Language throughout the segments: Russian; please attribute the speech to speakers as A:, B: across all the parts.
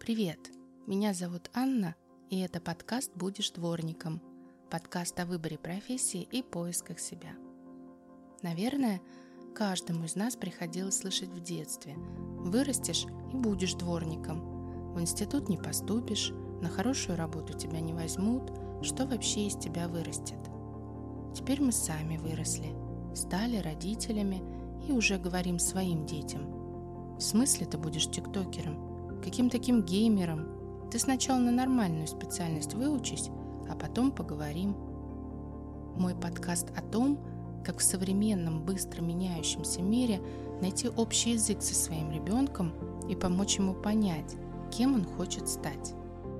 A: Привет, меня зовут Анна, и это подкаст «Будешь дворником», подкаст о выборе профессии и поисках себя. Наверное, каждому из нас приходилось слышать в детстве: вырастешь и будешь дворником, в институт не поступишь, на хорошую работу тебя не возьмут, что вообще из тебя вырастет? Теперь мы сами выросли, стали родителями и уже говорим своим детям: в смысле ты будешь тиктокером? Каким таким геймером? Ты сначала на нормальную специальность выучись, а потом поговорим. Мой подкаст о том, как в современном, быстро меняющемся мире найти общий язык со своим ребенком и помочь ему понять, кем он хочет стать.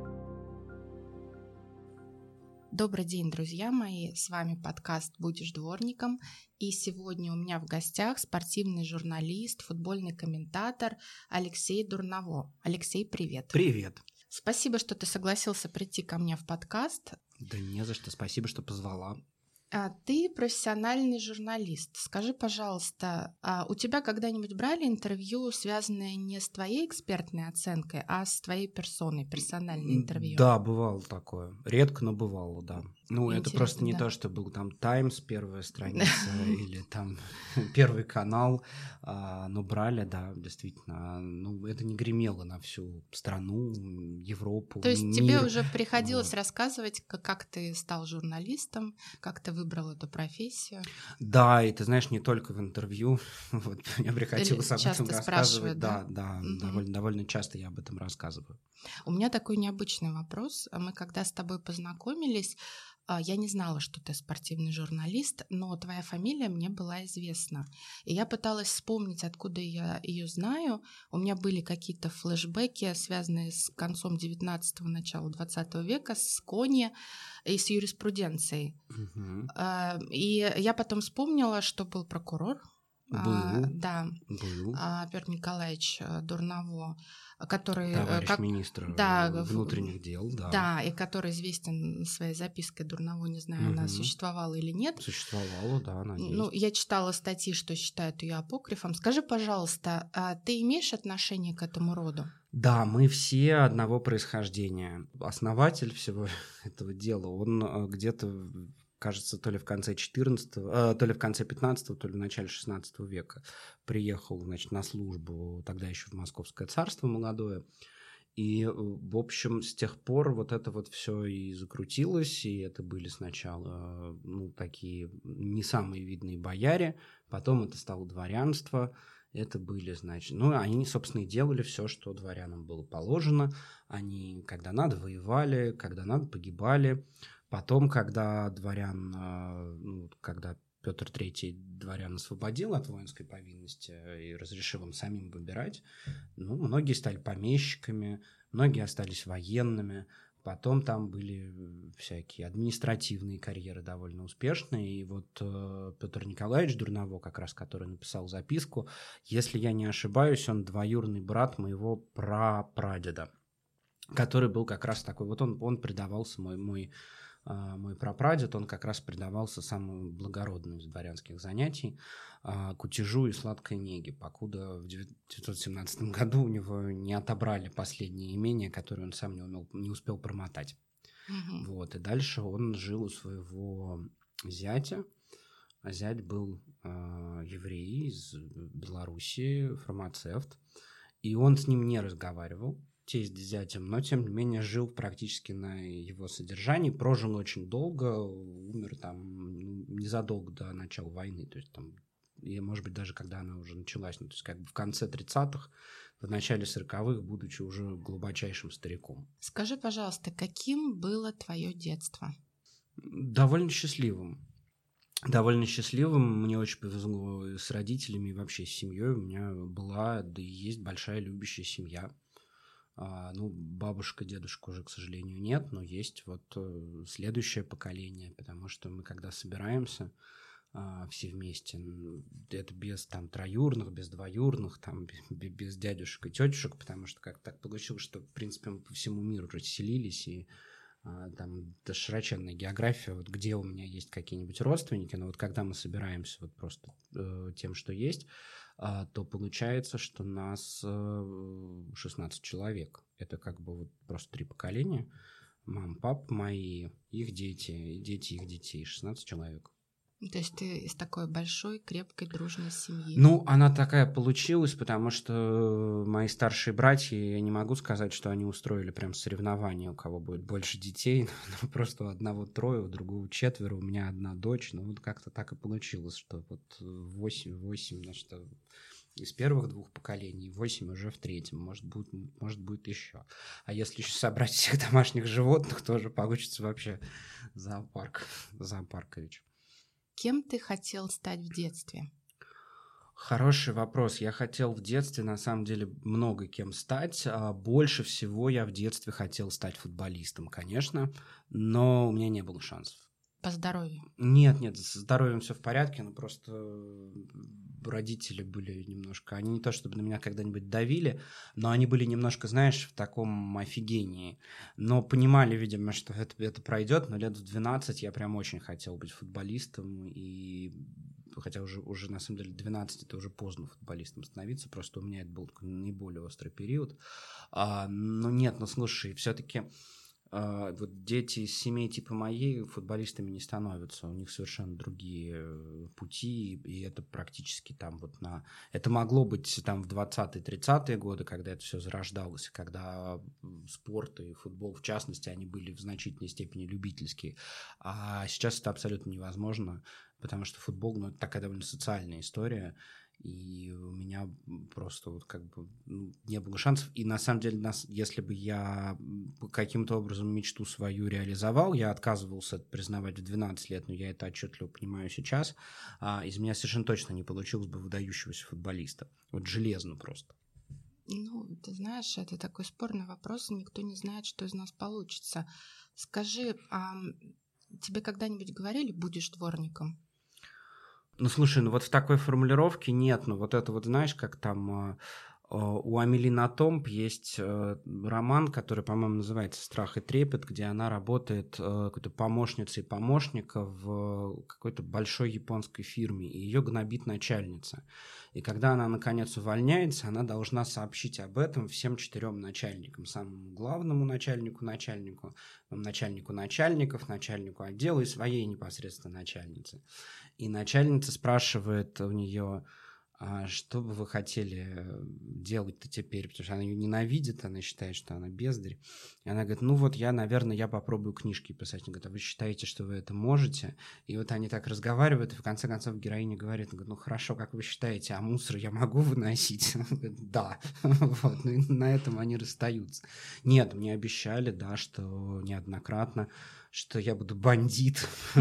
A: Добрый день, друзья мои! С вами подкаст «Будешь дворником». И сегодня у меня в гостях спортивный журналист, футбольный комментатор Алексей Дурново. Алексей, привет!
B: Привет!
A: Спасибо, что ты согласился прийти ко мне в подкаст.
B: Да не за что, спасибо, что позвала.
A: Ты профессиональный журналист. Скажи, пожалуйста, у тебя когда-нибудь брали интервью, связанное не с твоей экспертной оценкой, а с твоей персоной, персональное интервью?
B: Да, бывало такое. Редко, но бывало, да. Ну,
A: Интересно,
B: это просто не
A: да.
B: то, что был там «Таймс», первая страница, или там Первый канал, но брали, да, действительно. Ну, это не гремело на всю страну, Европу,
A: То есть
B: мир.
A: тебе уже приходилось
B: Вот.
A: рассказывать, как ты стал журналистом, как ты выбрал эту профессию?
B: Да, и ты знаешь, не только в интервью, вот, мне приходилось об этом рассказывать.
A: Да?
B: Довольно часто я об этом рассказываю.
A: У меня такой необычный вопрос. Мы когда с тобой познакомились, я не знала, что ты спортивный журналист, но твоя фамилия мне была известна. И я пыталась вспомнить, откуда я ее знаю. У меня были какие-то флешбеки, связанные с концом 19-го, началом 20 века, с Кони и с юриспруденцией.
B: Угу.
A: И я потом вспомнила, что был прокурор.
B: Был.
A: Петр Николаевич Дурново, который...
B: Товарищ министр внутренних дел, да.
A: Да, и который известен своей запиской Дурново, не знаю, она существовала или нет.
B: Существовала, да, она есть.
A: Ну, я читала статьи, что считают ее апокрифом. Скажи, пожалуйста, ты имеешь отношение к этому роду?
B: Да, мы все одного происхождения. Основатель всего этого дела, он где-то, кажется, то ли в конце 14-го, то ли в конце 15-го, то ли в начале 16 века приехал, значит, на службу, тогда еще в Московское царство молодое. И, в общем, с тех пор вот это вот все и закрутилось, и это были сначала, такие не самые видные бояре, потом это стало дворянство, это были, значит, они, собственно, и делали все, что дворянам было положено. Они, когда надо, воевали, когда надо, погибали. Потом, когда когда Петр III дворян освободил от воинской повинности и разрешил им самим выбирать, многие стали помещиками, многие остались военными. Потом там были всякие административные карьеры довольно успешные. И вот Петр Николаевич Дурново, как раз который написал записку, если я не ошибаюсь, он двоюродный брат моего прапрадеда, который был как раз такой, вот он предавался, мой прапрадед, он как раз предавался самому благородному из дворянских занятий, кутежу и сладкой неге, покуда в 1917 году у него не отобрали последнее имение, которое он сам не успел промотать.
A: Угу.
B: Вот, и дальше он жил у своего зятя, а зять был еврей из Белоруссии, фармацевт, и он с ним не разговаривал, тесть с зятем, но, тем не менее, жил практически на его содержании, прожил очень долго, умер там незадолго до начала войны, то есть там, и, может быть, даже когда она уже началась, то есть как бы в конце 30-х, в начале 40-х, будучи уже глубочайшим стариком.
A: Скажи, пожалуйста, каким было твое детство?
B: Довольно счастливым. Мне очень повезло с родителями и вообще с семьей. У меня была, да и есть большая любящая семья. Бабушка, дедушка уже, к сожалению, нет, но есть вот следующее поколение, потому что мы, когда собираемся все вместе, это без там троюрных, без двоюрных, там без дядюшек и тетюшек, потому что как так получилось, что, в принципе, мы по всему миру расселились, и там это широченная география, вот где у меня есть какие-нибудь родственники, но вот когда мы собираемся вот просто тем, что есть, то получается, что нас 16 человек. Это как бы вот просто 3 поколения. Мама, папа мои, их дети, и дети их детей. 16 человек.
A: То есть ты из такой большой, крепкой, дружной семьи.
B: Ну, она такая получилась, потому что мои старшие братья, я не могу сказать, что они устроили прям соревнования, у кого будет больше детей. Ну, просто у одного 3, у другого 4, у меня 1 дочь. Ну, вот как-то так и получилось, что вот 8, значит, из первых 2 поколений, 8 уже в 3-м, может будет еще. А если еще собрать всех домашних животных, тоже получится вообще зоопаркович.
A: Кем ты хотел стать в детстве?
B: Хороший вопрос. Я хотел в детстве, на самом деле, много кем стать. Больше всего я в детстве хотел стать футболистом, конечно, но у меня не было шансов.
A: По здоровью?
B: Нет, со здоровьем все в порядке, но просто родители были немножко... Они не то чтобы на меня когда-нибудь давили, но они были немножко, знаешь, в таком офигении. Но понимали, видимо, что это пройдет, но лет в 12 я прям очень хотел быть футболистом, и хотя уже на самом деле 12 это уже поздно футболистом становиться, просто у меня это был такой наиболее острый период. Но нет, слушай, все-таки... Вот дети из семей типа моей футболистами не становятся, у них совершенно другие пути, и это практически там вот Это могло быть там в 20-30-е годы, когда это все зарождалось, когда спорт и футбол, в частности, они были в значительной степени любительские, а сейчас это абсолютно невозможно, потому что футбол, это такая довольно социальная история, и у меня просто вот как бы не было шансов. И на самом деле, если бы я каким-то образом мечту свою реализовал, я отказывался это признавать в 12 лет, но я это отчетливо понимаю сейчас, из меня совершенно точно не получилось бы выдающегося футболиста. Вот железно просто.
A: Ты знаешь, это такой спорный вопрос, и никто не знает, что из нас получится. Скажи, тебе когда-нибудь говорили, будешь дворником?
B: Слушай, вот в такой формулировке нет, вот это вот, знаешь, как там у Амели Натомб есть роман, который, по-моему, называется «Страх и трепет», где она работает какой-то помощницей помощника в какой-то большой японской фирме, и ее гнобит начальница. И когда она, наконец, увольняется, она должна сообщить об этом всем 4 начальникам. Самому главному начальнику начальников, начальнику отдела и своей непосредственно начальнице. И начальница спрашивает у нее, что бы вы хотели делать-то теперь, потому что она ее ненавидит, она считает, что она бездарь. И она говорит, я попробую книжки писать. Она говорит, а вы считаете, что вы это можете? И вот они так разговаривают, и в конце концов героиня говорит, хорошо, как вы считаете, а мусор я могу выносить? Она говорит, да. И на этом они расстаются. Нет, мне обещали, да, что неоднократно, что я буду бандит,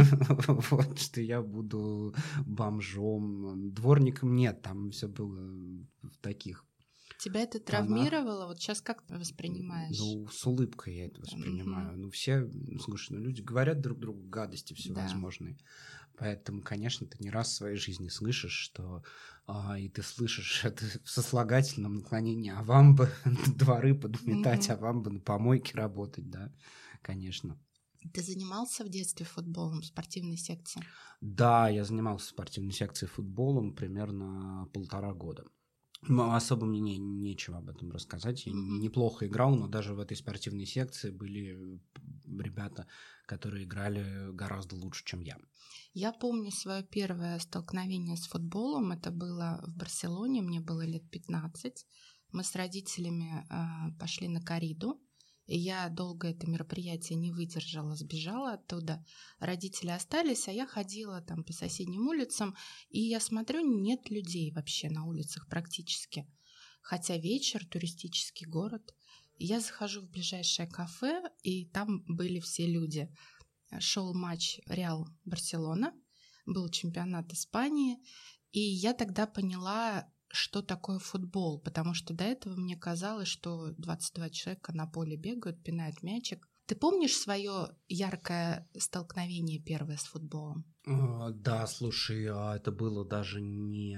B: что я буду бомжом. Дворником нет, там все было в таких.
A: Тебя это травмировало? Вот сейчас как ты воспринимаешь?
B: С улыбкой я это воспринимаю. Все, слушай, люди говорят друг другу гадости всевозможные. Да. Поэтому, конечно, ты не раз в своей жизни слышишь, что и ты слышишь это в сослагательном наклонении, а вам бы дворы подметать, а вам бы на помойке работать, да, конечно.
A: Ты занимался в детстве футболом в спортивной секции?
B: Да, я занимался в спортивной секции футболом примерно 1,5 года. Особо мне нечего об этом рассказать. Я неплохо играл, но даже в этой спортивной секции были ребята, которые играли гораздо лучше, чем я.
A: Я помню свое первое столкновение с футболом. Это было в Барселоне, мне было лет 15. Мы с родителями пошли на корриду. И я долго это мероприятие не выдержала, сбежала оттуда. Родители остались, а я ходила там по соседним улицам, и я смотрю, нет людей вообще на улицах практически. Хотя вечер, туристический город. Я захожу в ближайшее кафе, и там были все люди. Шел матч Реал-Барселона, был чемпионат Испании, и я тогда поняла, что такое футбол, потому что до этого мне казалось, что 22 человека на поле бегают, пинают мячик. Ты помнишь свое яркое столкновение первое с футболом?
B: Да, слушай, это было даже не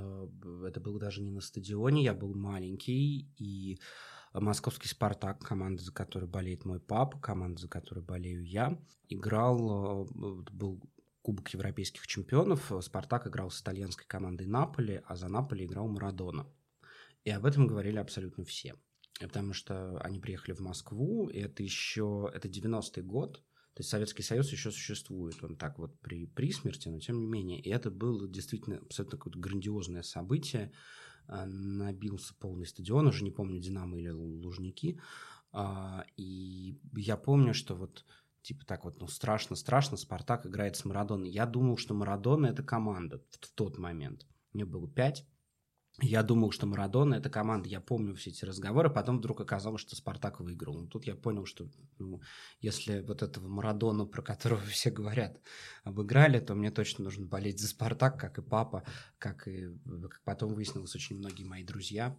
B: на стадионе, я был маленький, и московский «Спартак», команда, за которой болеет мой папа, команда, за которой болею я, играл, был Кубок европейских чемпионов. «Спартак» играл с итальянской командой «Наполи», а за «Наполи» играл Марадона. И об этом говорили абсолютно все. Потому что они приехали в Москву, и это 90-й год, то есть Советский Союз еще существует, он так вот при смерти, но тем не менее. И это было действительно абсолютно какое-то грандиозное событие. Набился полный стадион, уже не помню, «Динамо» или «Лужники». И я помню, что вот типа так вот, страшно, «Спартак» играет с Марадоной. Я думал, что Марадона – это команда в тот момент. Мне было 5. Я думал, что Марадона – это команда. Я помню все эти разговоры. Потом вдруг оказалось, что «Спартак» выиграл. Но тут я понял, что если вот этого Марадону, про которого все говорят, обыграли, то мне точно нужно болеть за «Спартак», как и папа, как потом выяснилось, очень многие мои друзья.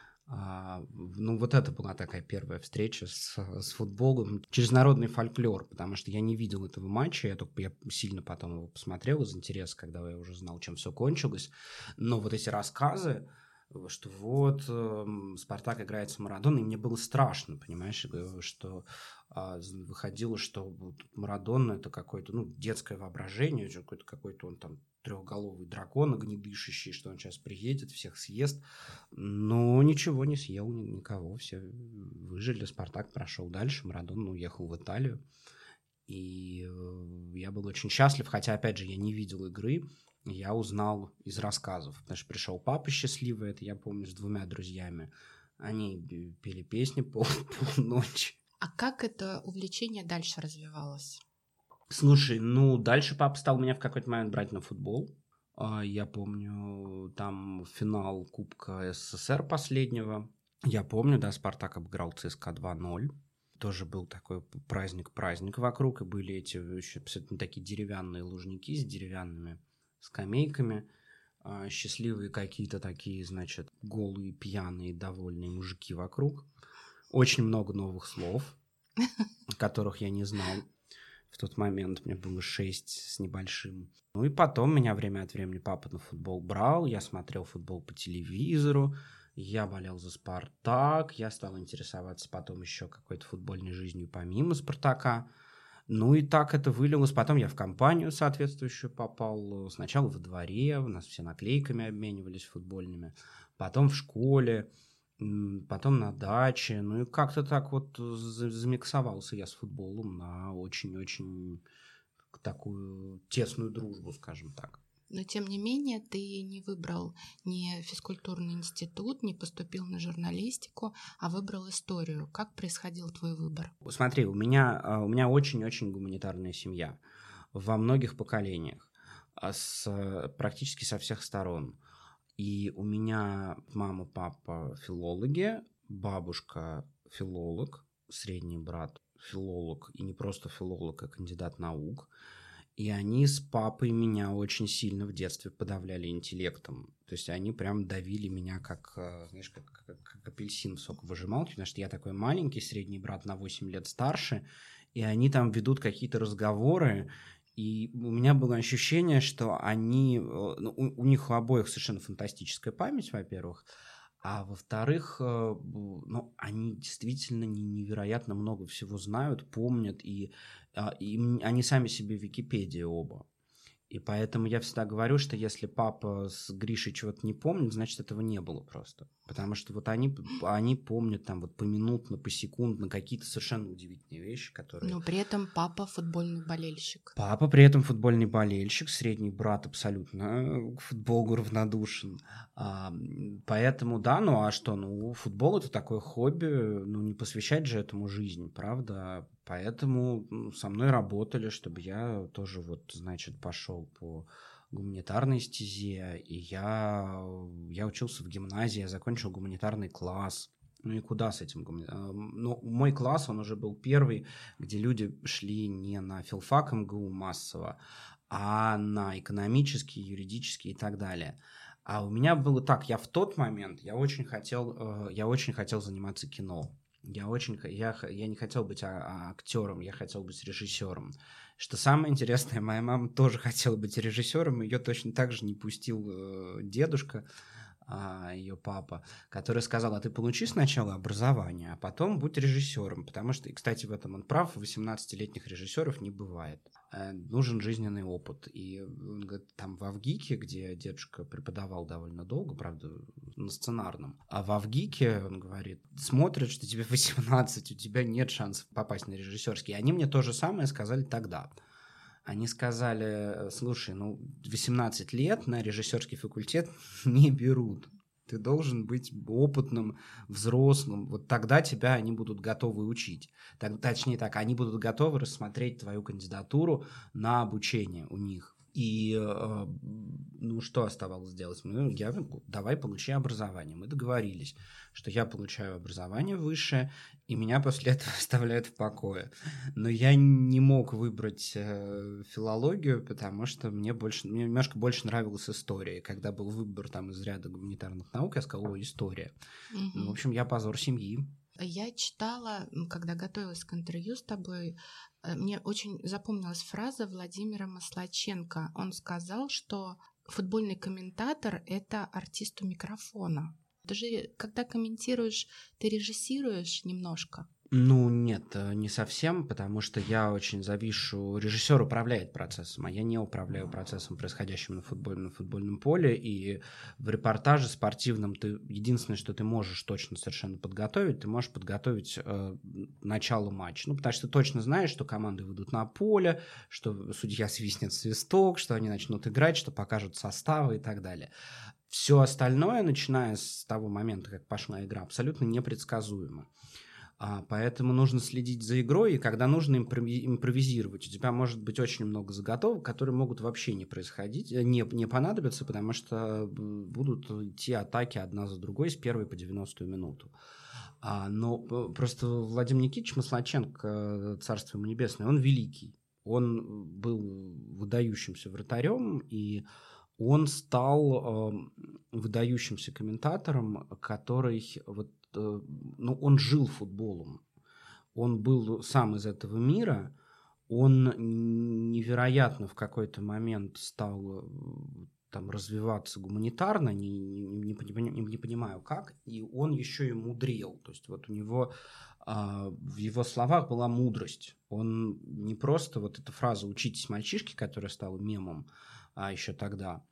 B: Вот это была такая первая встреча с футболом через народный фольклор, потому что я не видел этого матча, я сильно потом его посмотрел из интереса, когда я уже знал, чем все кончилось, но вот эти рассказы, что вот «Спартак» играет с Марадоной, и мне было страшно, понимаешь, что выходило, что вот Марадона – это какое-то детское воображение, какой-то он там трехголовый дракон огнедышащий, что он сейчас приедет, всех съест. Но ничего не съел, никого. Все выжили, «Спартак» прошел дальше, Марадона уехал в Италию. И я был очень счастлив, хотя, опять же, я не видел игры, я узнал из рассказов. Потому что пришел папа счастливый, это я помню, с 2 друзьями. Они пели песни полночи.
A: А как это увлечение дальше развивалось?
B: Слушай, дальше папа стал меня в какой-то момент брать на футбол. Я помню, там финал Кубка СССР последнего. Я помню, да, «Спартак» обыграл ЦСКА 2-0. Тоже был такой праздник вокруг, и были эти еще абсолютно такие деревянные лужники с деревянными скамейками. Счастливые какие-то такие, значит, голые, пьяные, довольные мужики вокруг. Очень много новых слов, которых я не знал. В тот момент мне было 6 с небольшим. И потом меня время от времени папа на футбол брал. Я смотрел футбол по телевизору. Я болел за «Спартак». Я стал интересоваться потом еще какой-то футбольной жизнью помимо «Спартака». И так это вылилось. Потом я в компанию соответствующую попал. Сначала во дворе. У нас все наклейками обменивались футбольными. Потом в школе. Потом на даче. И как-то так вот замиксовался я с футболом на очень-очень такую тесную дружбу, скажем так.
A: Но, тем не менее, ты не выбрал ни физкультурный институт, не поступил на журналистику, а выбрал историю. Как происходил твой выбор?
B: Смотри, у меня очень-очень гуманитарная семья во многих поколениях, практически со всех сторон. И у меня мама, папа филологи, бабушка филолог, средний брат филолог, и не просто филолог, а кандидат наук. И они с папой меня очень сильно в детстве подавляли интеллектом. То есть они прям давили меня как апельсин в соковыжималке, потому что я такой маленький, средний брат на 8 лет старше, и они там ведут какие-то разговоры, и у меня было ощущение, что у них у обоих совершенно фантастическая память, во-первых, а во-вторых, они действительно невероятно много всего знают, помнят, и они сами себе Википедия оба. И поэтому я всегда говорю, что если папа с Гришей чего-то не помнит, значит, этого не было просто. Потому что вот они помнят там вот поминутно, посекундно какие-то совершенно удивительные вещи, которые...
A: Но при этом папа футбольный болельщик.
B: Папа при этом футбольный болельщик, средний брат абсолютно к футболу равнодушен. Поэтому, да, футбол — это такое хобби, не посвящать же этому жизнь, правда? Поэтому со мной работали, чтобы я тоже пошел по гуманитарной стезе, и я учился в гимназии, я закончил гуманитарный класс. И куда с этим гуманитарным? Мой класс, он уже был первый, где люди шли не на филфак МГУ массово, а на экономический, юридический и так далее. А у меня было так, я в тот момент, я очень хотел заниматься кино. Я не хотел быть актером, я хотел быть режиссером. Что самое интересное, моя мама тоже хотела быть режиссером, ее точно так же не пустил дедушка. ее папа, который сказал: а ты получи сначала образование, а потом будь режиссером. Потому что, и, кстати, в этом он прав, 18-летних режиссеров не бывает. Нужен жизненный опыт. И он говорит, там в Авгике, где дедушка преподавал довольно долго, правда, на сценарном, а в Авгике, он говорит, смотрят, что тебе 18, у тебя нет шансов попасть на режиссерский. И они мне то же самое сказали тогда. Они сказали: слушай, 18 лет на режиссерский факультет не берут. Ты должен быть опытным, взрослым. Вот тогда тебя они будут готовы учить. Точнее так, они будут готовы рассмотреть твою кандидатуру на обучение у них. И, что оставалось сделать? Я говорю, давай получи образование. Мы договорились, что я получаю образование высшее, и меня после этого оставляют в покое. Но я не мог выбрать филологию, потому что мне немножко больше нравилась история. Когда был выбор там из ряда гуманитарных наук, я сказал: история. В общем, я позор семьи.
A: Я читала, когда готовилась к интервью с тобой, мне очень запомнилась фраза Владимира Маслаченко. Он сказал, что футбольный комментатор – это артист у микрофона. Ты же, когда комментируешь, ты режиссируешь немножко.
B: Нет, не совсем, потому что я очень завишу. Режиссер управляет процессом, а я не управляю процессом, происходящим на футбольном поле. И в репортаже спортивном единственное, что ты можешь точно совершенно подготовить, ты можешь подготовить начало матча. Потому что ты точно знаешь, что команды выйдут на поле, что судья свистнет свисток, что они начнут играть, что покажут составы и так далее. Все остальное, начиная с того момента, как пошла игра, абсолютно непредсказуемо. Поэтому нужно следить за игрой, и когда нужно импровизировать. У тебя может быть очень много заготовок, которые могут вообще не происходить, не понадобиться, потому что будут идти атаки одна за другой с первой по 90-ю минуту. Но просто Владимир Никитич Маслаченко, царство ему небесное, он великий. Он был выдающимся вратарем, и он стал выдающимся комментатором, который он жил футболом. Он был сам из этого мира. Он невероятно в какой-то момент стал развиваться гуманитарно, не понимаю как, и он еще и мудрел. То есть вот у него в его словах была мудрость. Он не просто эта фраза «учитесь, мальчишки», которая стала мемом еще тогда,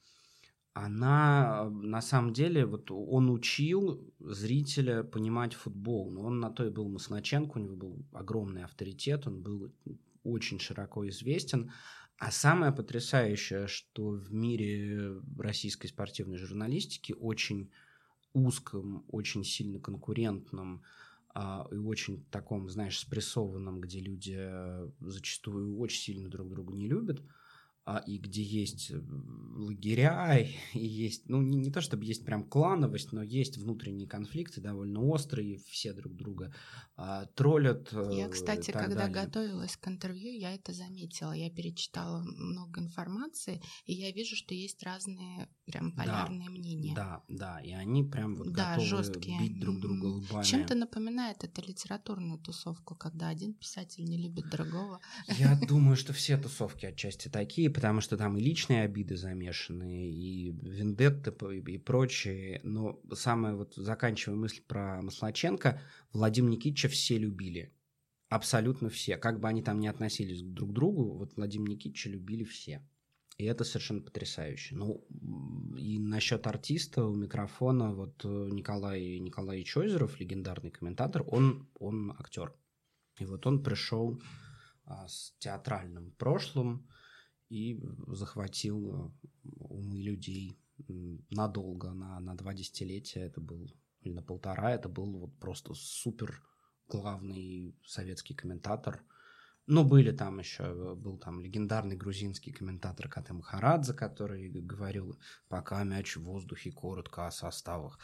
B: она на самом деле, он учил зрителя понимать футбол, но он на то и был Маслаченко, у него был огромный авторитет, он был очень широко известен. А самое потрясающее, что в мире российской спортивной журналистики, очень узком, очень сильно конкурентном и очень таком, спрессованном, где люди зачастую очень сильно друг друга не любят, и где есть лагеря, и есть, не то чтобы есть прям клановость, но есть внутренние конфликты довольно острые, все друг друга троллят.
A: Я, кстати, когда готовилась к интервью, я это заметила. Я перечитала много информации, и я вижу, что есть разные прям полярные мнения.
B: Да, и они прям готовы
A: жесткие.
B: Бить друг друга лбами.
A: Чем-то напоминает это литературную тусовку, когда один писатель не любит другого.
B: Я думаю, что все тусовки отчасти такие, потому что там и личные обиды замешаны, и вендетты, и прочее. Но самая заканчивая мысль про Маслаченко, Владимира Никитича все любили. Абсолютно все. Как бы они там ни относились друг к другу, Владимира Никитича любили все. И это совершенно потрясающе. И насчет артиста у микрофона Николай Николаевич Озеров, легендарный комментатор, он актер. И он пришел с театральным прошлым и захватил умы людей надолго, на 2 десятилетия это был, или на 1,5, это был просто супер главный советский комментатор. Были там еще, был там легендарный грузинский комментатор Кате Махарадзе, который говорил: пока мяч в воздухе, коротко о составах.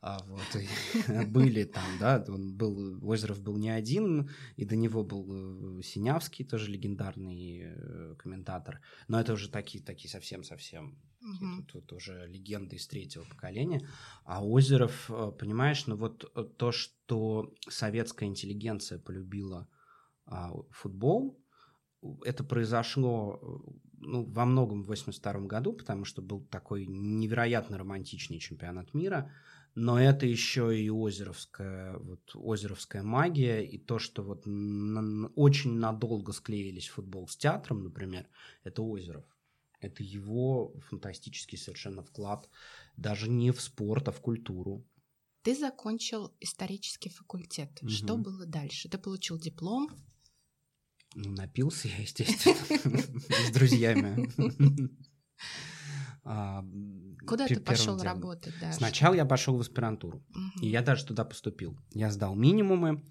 B: Были там, да, Озеров был не один, и до него был Синявский, тоже легендарный комментатор. Но это уже такие совсем-совсем, тут уже легенды из 3-го поколения. А Озеров, понимаешь, то, что советская интеллигенция полюбила футбол, это произошло во многом в 1982 году, потому что был такой невероятно романтичный чемпионат мира, но это еще и озеровская магия, и то, что очень надолго склеились футбол с театром, например, это Озеров. Это его фантастический совершенно вклад даже не в спорт, а в культуру.
A: Ты закончил исторический факультет. Угу. Что было дальше? Ты получил диплом?
B: Напился я, естественно, с друзьями.
A: Куда ты пошел работать дальше?
B: Сначала я пошел в аспирантуру, и я даже туда поступил. Я сдал минимумы,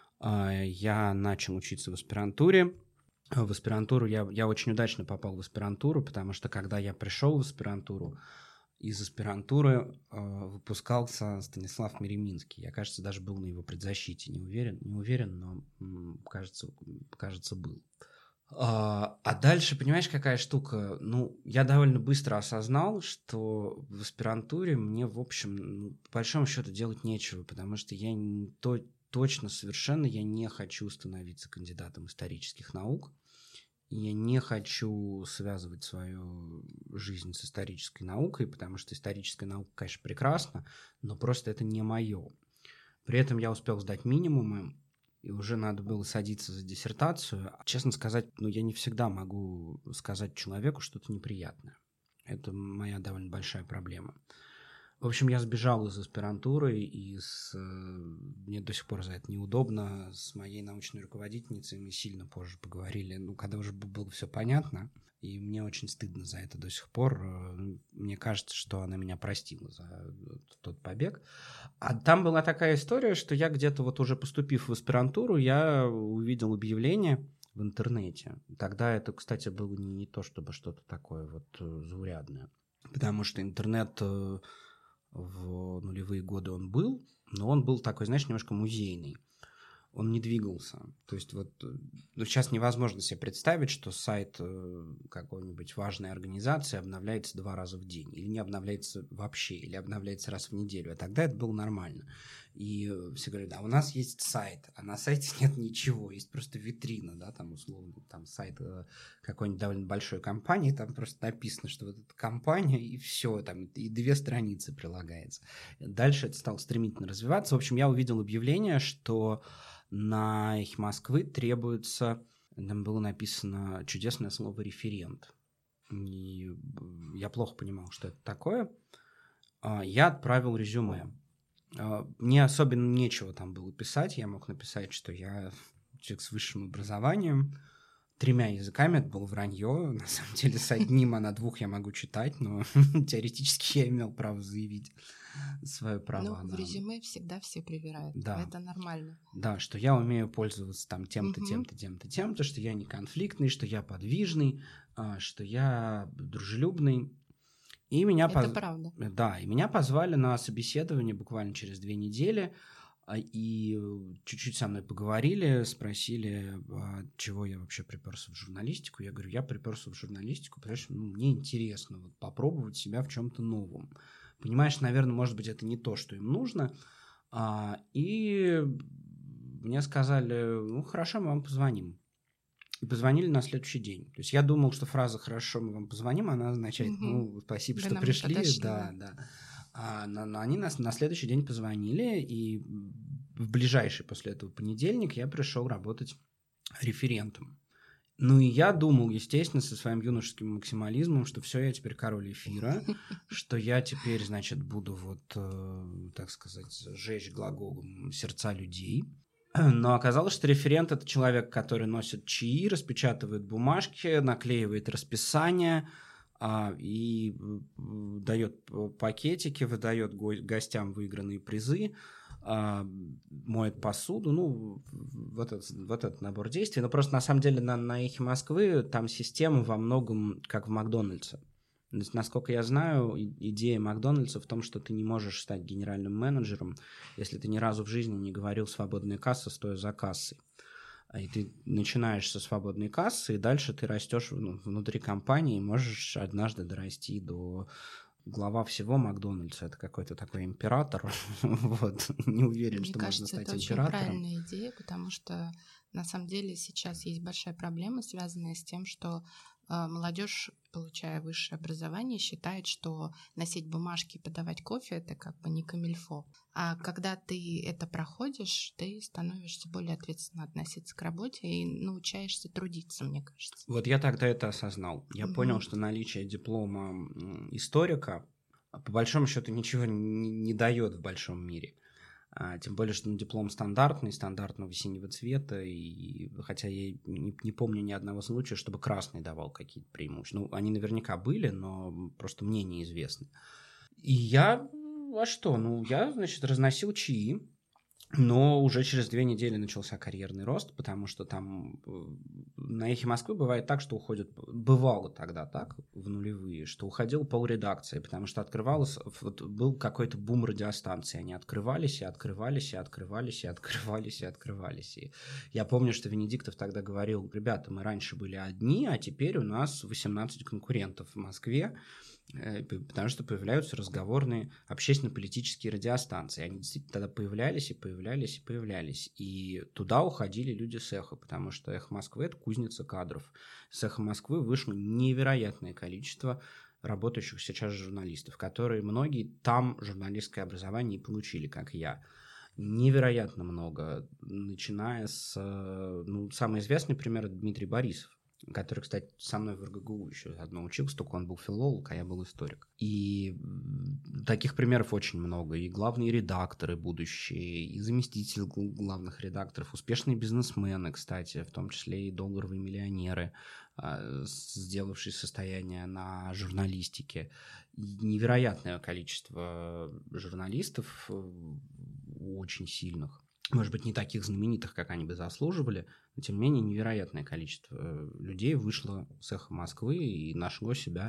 B: я начал учиться в аспирантуре. В аспирантуру я очень удачно попал в аспирантуру, потому что когда я пришел в аспирантуру, из аспирантуры выпускался Станислав Мереминский. Я, кажется, даже был на его предзащите. Не уверен, но, кажется, был. А дальше, понимаешь, какая штука? Я довольно быстро осознал, что в аспирантуре мне, в общем, по большому счету делать нечего, потому что я совершенно не хочу становиться кандидатом исторических наук. Я не хочу связывать свою жизнь с исторической наукой, потому что историческая наука, конечно, прекрасна, но просто это не мое. При этом я успел сдать минимумы, и уже надо было садиться за диссертацию. Честно сказать, я не всегда могу сказать человеку что-то неприятное. Это моя довольно большая проблема. В общем, я сбежал из аспирантуры, и мне до сих пор за это неудобно. С моей научной руководительницей мы сильно позже поговорили, когда уже было все понятно. И мне очень стыдно за это до сих пор. Мне кажется, что она меня простила за тот побег. А там была такая история, что я где-то уже поступив в аспирантуру, я увидел объявление в интернете. Тогда это, кстати, было не то, чтобы что-то такое заурядное. Потому что интернет в нулевые годы он был, но он был такой, знаешь, немножко музейный. Он не двигался. То есть сейчас невозможно себе представить, что сайт какой-нибудь важной организации обновляется 2 раза в день, или не обновляется вообще, или обновляется раз в неделю. А тогда это было нормально. И все говорят, у нас есть сайт, а на сайте нет ничего, есть просто витрина, да, там условно, там сайт какой-нибудь довольно большой компании, там просто написано, что эта компания, и все, там и 2 страницы прилагается. Дальше это стало стремительно развиваться. В общем, я увидел объявление, что на «Эхе Москвы» требуется, там было написано чудесное слово «референт». И я плохо понимал, что это такое. Я отправил резюме. Мне особенно нечего там было писать. Я мог написать, что я человек с высшим образованием. 3 языками это было вранье. На самом деле с одним, а на 2 я могу читать, но теоретически я имел право заявить свое право.
A: В резюме всегда все привирают. Да. Это нормально.
B: Да, что я умею пользоваться там тем-то, тем-то, что я не конфликтный, что я подвижный, что я дружелюбный. И меня
A: правда.
B: Да, и меня позвали на собеседование буквально через 2 недели. И чуть-чуть со мной поговорили, спросили, чего я вообще приперся в журналистику. Я говорю, я приперся в журналистику, потому что мне интересно попробовать себя в чем-то новом. Понимаешь, наверное, может быть, это не то, что им нужно. И мне сказали, хорошо, мы вам позвоним. И позвонили на следующий день. То есть я думал, что фраза «хорошо, мы вам позвоним», она означает, спасибо, что пришли. Да. Но они нас на следующий день позвонили, и в ближайший после этого понедельник я пришел работать референтом. И я думал, естественно, со своим юношеским максимализмом, что все, я теперь король эфира, что я теперь, буду, так сказать, жечь глаголом сердца людей. Но оказалось, что референт – это человек, который носит чаи, распечатывает бумажки, наклеивает расписание и дает пакетики, выдает гостям выигранные призы, моет посуду, вот этот набор действий. Но просто на самом деле на «Эхе Москвы» там система во многом как в Макдональдсе. То есть, насколько я знаю, идея Макдональдса в том, что ты не можешь стать генеральным менеджером, если ты ни разу в жизни не говорил «свободная касса», стоя за кассой. И ты начинаешь со свободной кассы, и дальше ты растешь внутри компании, и можешь однажды дорасти до глава всего Макдональдса — это какой-то такой император. Вот. Не уверен,
A: Мне
B: что можно
A: кажется,
B: стать
A: это очень
B: императором.
A: правильная идея, потому что на самом деле сейчас есть большая проблема, связанная с тем, что молодежь, получая высшее образование, считает, что носить бумажки и подавать кофе — это как бы не камильфо. А когда ты это проходишь, ты становишься более ответственно относиться к работе и научаешься трудиться, мне кажется.
B: Вот я тогда это осознал. Я понял,
A: Мгм.
B: что наличие диплома историка по большому счету ничего не дает в большом мире. Тем более, что диплом стандартный, стандартного синего цвета, и хотя я не помню ни одного случая, чтобы красный давал какие-то преимущества. Ну, они наверняка были, но просто мне неизвестны. И я, я, значит, разносил чаи, но уже через 2 недели начался карьерный рост, потому что там на «Эхе Москвы» бывает так, что бывало тогда так, в нулевые, что уходил полредакции, потому что открывалось, вот был какой-то бум радиостанций, они открывались, и открывались, и открывались, и открывались, и открывались. И я помню, что Венедиктов тогда говорил: ребята, мы раньше были одни, а теперь у нас 18 конкурентов в Москве, потому что появляются разговорные общественно-политические радиостанции. Они действительно тогда появлялись, и появлялись, и появлялись. И туда уходили люди с «Эхо», потому что «Эхо Москвы» — это кузница кадров. С «Эхо Москвы» вышло невероятное количество работающих сейчас журналистов, которые многие там журналистское образование и получили, как я. Невероятно много, начиная с... самый известный пример — это Дмитрий Борисов, который, кстати, со мной в РГГУ еще заодно учился, только он был филолог, а я был историк. И таких примеров очень много. И главные редакторы будущие, и заместители главных редакторов, успешные бизнесмены, кстати, в том числе и долларовые миллионеры, сделавшие состояние на журналистике. И невероятное количество журналистов, очень сильных. Может быть, не таких знаменитых, как они бы заслуживали, но, тем не менее, невероятное количество людей вышло с «Эхо Москвы» и нашло себя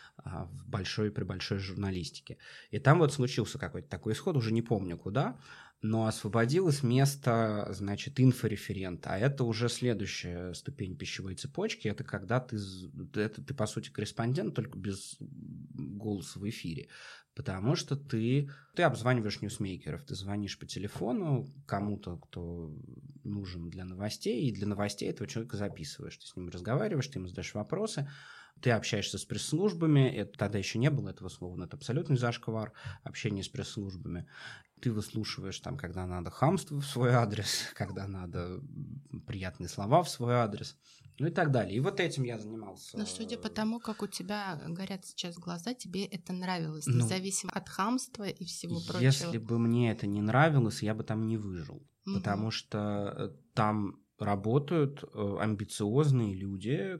B: в при большой журналистике. И там вот случился какой-то такой исход, уже не помню куда, но освободилось место, значит, инфореферента. А это уже следующая ступень пищевой цепочки. Это когда ты по сути, корреспондент, только без голоса в эфире. Потому что ты обзваниваешь ньюсмейкеров, ты звонишь по телефону кому-то, кто нужен для новостей, и для новостей этого человека записываешь. Ты с ним разговариваешь, ты ему задаешь вопросы, ты общаешься с пресс-службами, это тогда еще не было этого слова, но это абсолютный зашквар, общение с пресс-службами. Ты выслушиваешь там, когда надо хамство в свой адрес, когда надо приятные слова в свой адрес, ну и так далее. И вот этим я занимался.
A: Но судя по тому, как у тебя горят сейчас глаза, тебе это нравилось, независимо от хамства и всего прочего.
B: Если бы мне это не нравилось, я бы там не выжил. Потому что там работают амбициозные люди,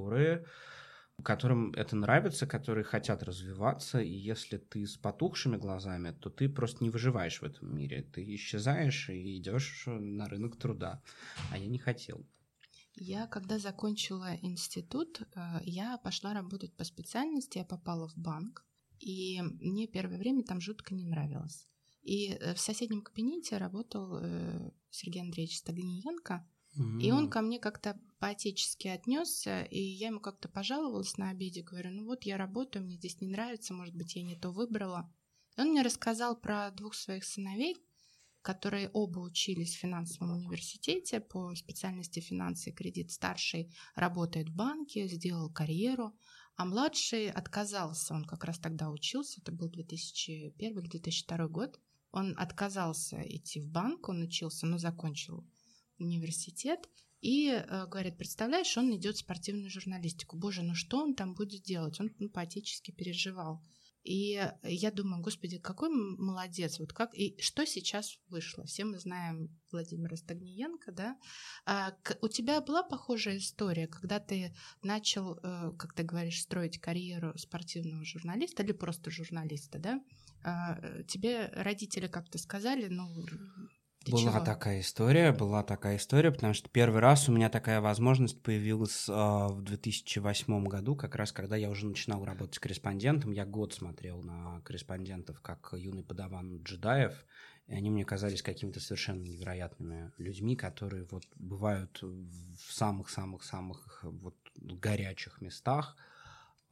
B: которым это нравится, которые хотят развиваться, и если ты с потухшими глазами, то ты просто не выживаешь в этом мире. Ты исчезаешь и идешь на рынок труда. А я не хотел.
A: Я, когда закончила институт, я пошла работать по специальности, я попала в банк, и мне первое время там жутко не нравилось. И в соседнем кабинете работал Сергей Андреевич Стагниенко, и он ко мне как-то по-отечески отнесся, и я ему как-то пожаловалась на обеде, говорю, ну вот я работаю, мне здесь не нравится, может быть, я не то выбрала. И он мне рассказал про 2 своих сыновей, которые оба учились в финансовом университете по специальности финансы и кредит. Старший работает в банке, сделал карьеру, а младший отказался, он как раз тогда учился, это был 2001 или 2002 год, он отказался идти в банк, он учился, но закончил университет, и говорят, представляешь, он идет в спортивную журналистику. Боже, ну что он там будет делать? Он по-отечески переживал. И я думаю, господи, какой молодец, вот как, и что сейчас вышло? Все мы знаем Владимира Стагниенко, да? У тебя была похожая история, когда ты начал, как ты говоришь, строить карьеру спортивного журналиста или просто журналиста, да? Тебе родители как-то сказали, ну...
B: Была такая история, потому что первый раз у меня такая возможность появилась в 2008 году, как раз когда я уже начинал работать корреспондентом. Я год смотрел на корреспондентов как юный подаван джедаев, и они мне казались какими-то совершенно невероятными людьми, которые вот бывают в самых-самых-самых вот горячих местах,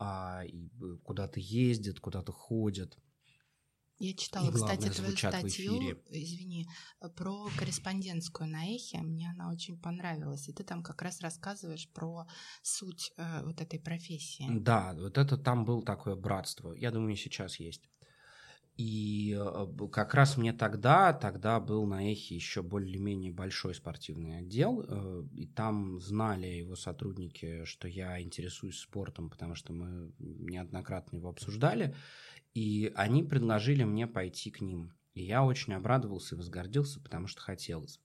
B: и куда-то ездят, куда-то ходят.
A: Я читала, кстати, твою статью,
B: эфире.
A: Извини, про корреспондентскую на Эхе, мне она очень понравилась, и ты там как раз рассказываешь про суть вот этой профессии.
B: Да, вот это там было такое братство, я думаю, и сейчас есть. И как раз мне тогда был на Эхе еще более-менее большой спортивный отдел, и там знали его сотрудники, что я интересуюсь спортом, потому что мы неоднократно его обсуждали, и они предложили мне пойти к ним. И я очень обрадовался и возгордился, потому что хотелось.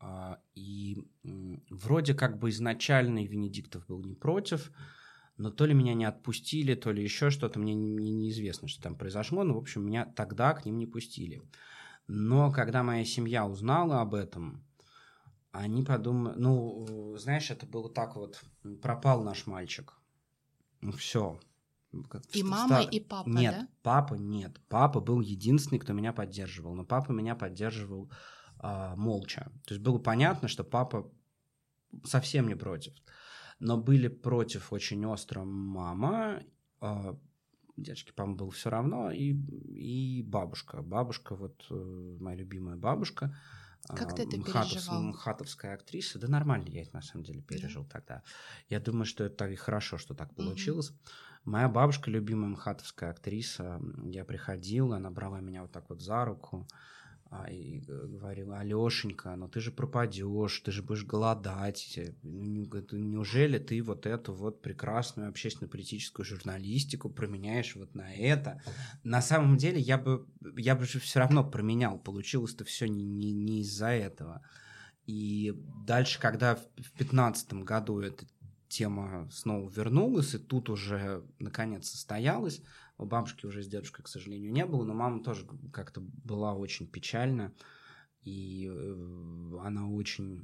B: И вроде как бы изначально Венедиктов был не против, но то ли меня не отпустили, то ли еще что-то, мне неизвестно, что там произошло, но, в общем, меня тогда к ним не пустили. Но когда моя семья узнала об этом, они подумали, знаешь, это было так вот, пропал наш мальчик, все.
A: И мама, и папа,
B: нет,
A: да?
B: Папа нет. Папа был единственный, кто меня поддерживал, но папа меня поддерживал молча. То есть было понятно, что папа совсем не против. Но были против очень остро мама, дядечке, по-моему, было все равно, и бабушка. Бабушка, вот моя любимая бабушка.
A: Как ты это переживал?
B: МХАТовская актриса. Да нормально я это на самом деле пережил тогда. Я думаю, что это и хорошо, что так получилось. Моя бабушка, любимая МХАТовская актриса, я приходил, она брала меня вот так вот за руку, и говорила: Алешенька, ну ты же пропадешь, ты же будешь голодать. Неужели ты вот эту вот прекрасную общественно-политическую журналистику променяешь вот на это? На самом деле я бы же все равно променял. Получилось-то все не из-за этого. И дальше, когда в 2015 году эта тема снова вернулась, и тут уже наконец состоялась, у бабушки уже с дедушкой, к сожалению, не было, но мама тоже как-то была очень печальна, и она очень,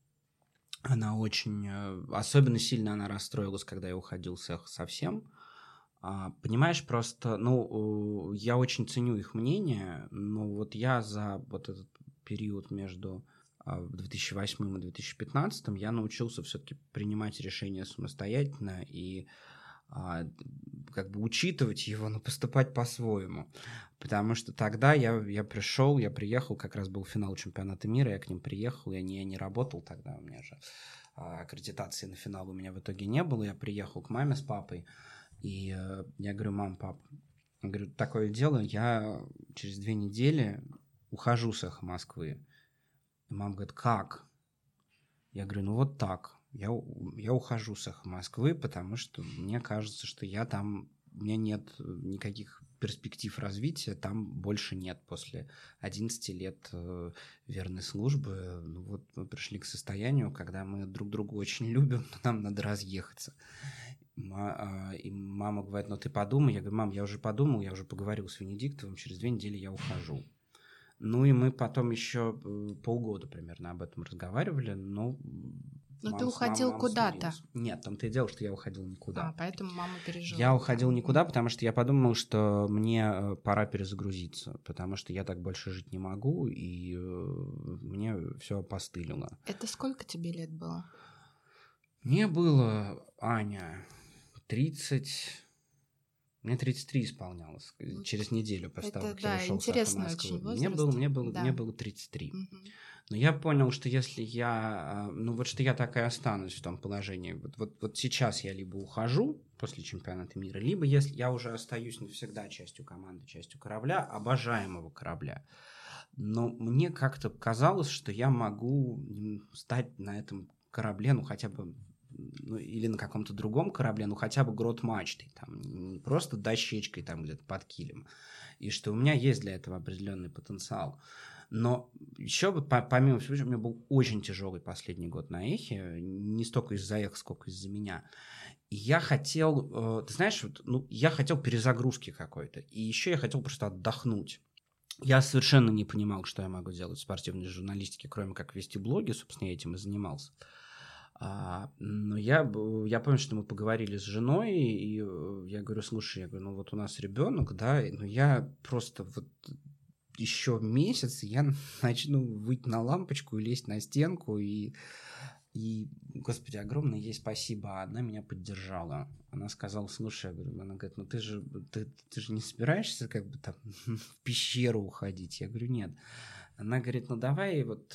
B: особенно сильно она расстроилась, когда я уходил совсем. Понимаешь, просто, я очень ценю их мнение, но вот я за вот этот период между в 2008 и 2015 я научился все-таки принимать решения самостоятельно и как бы учитывать его, но поступать по-своему. Потому что тогда я приехал, как раз был финал чемпионата мира, я к ним приехал, я не работал тогда, у меня же аккредитации на финал у меня в итоге не было, я приехал к маме с папой, и я говорю: мам, пап, я говорю, такое дело, я через 2 недели ухожу с «Эхо Москвы». И мама говорит: как? Я говорю: вот так. Я ухожу с «Эхо Москвы», потому что мне кажется, что у меня нет никаких перспектив развития, там больше нет после 11 лет верной службы. Вот мы пришли к состоянию, когда мы друг друга очень любим, но нам надо разъехаться. И мама говорит: ты подумай. Я говорю: мам, я уже подумал, я уже поговорил с Венедиктовым, через 2 недели я ухожу. И мы потом еще полгода примерно об этом разговаривали, но
A: ты уходил куда-то?
B: Смирилась. Нет, там-то и дело, что я уходил никуда.
A: Поэтому мама пережила.
B: Я уходил никуда, потому что я подумал, что мне пора перезагрузиться, потому что я так больше жить не могу, и мне все опостылило.
A: Это сколько тебе лет было?
B: Мне было, Аня, 30... Мне 33 исполнялось через неделю после того, как я ушел с «Эхо Москвы». Мне было 33. Но я понял, что если я... что я так и останусь в том положении. Вот сейчас я либо ухожу после чемпионата мира, либо если я уже остаюсь навсегда частью команды, частью корабля, обожаемого корабля. Но мне как-то казалось, что я могу стать на этом корабле, хотя бы... или на каком-то другом корабле, хотя бы грот-мачтой, там, не просто дощечкой там где-то под килем, и что у меня есть для этого определенный потенциал. Но еще помимо всего, у меня был очень тяжелый последний год на Эхе, не столько из-за Эхо, сколько из-за меня. И я хотел, ты знаешь, я хотел перезагрузки какой-то, и еще я хотел просто отдохнуть. Я совершенно не понимал, что я могу делать в спортивной журналистике, кроме как вести блоги, собственно, я этим и занимался. Но я помню, что мы поговорили с женой, и я говорю: слушай, вот у нас ребенок, да, я просто еще месяц, я начну выть на лампочку и лезть на стенку, и И, господи, огромное ей спасибо. Она меня поддержала. Она сказала, слушай, она говорит, ну ты же не собираешься как бы там в пещеру уходить? Я говорю, нет. Она говорит, ну давай вот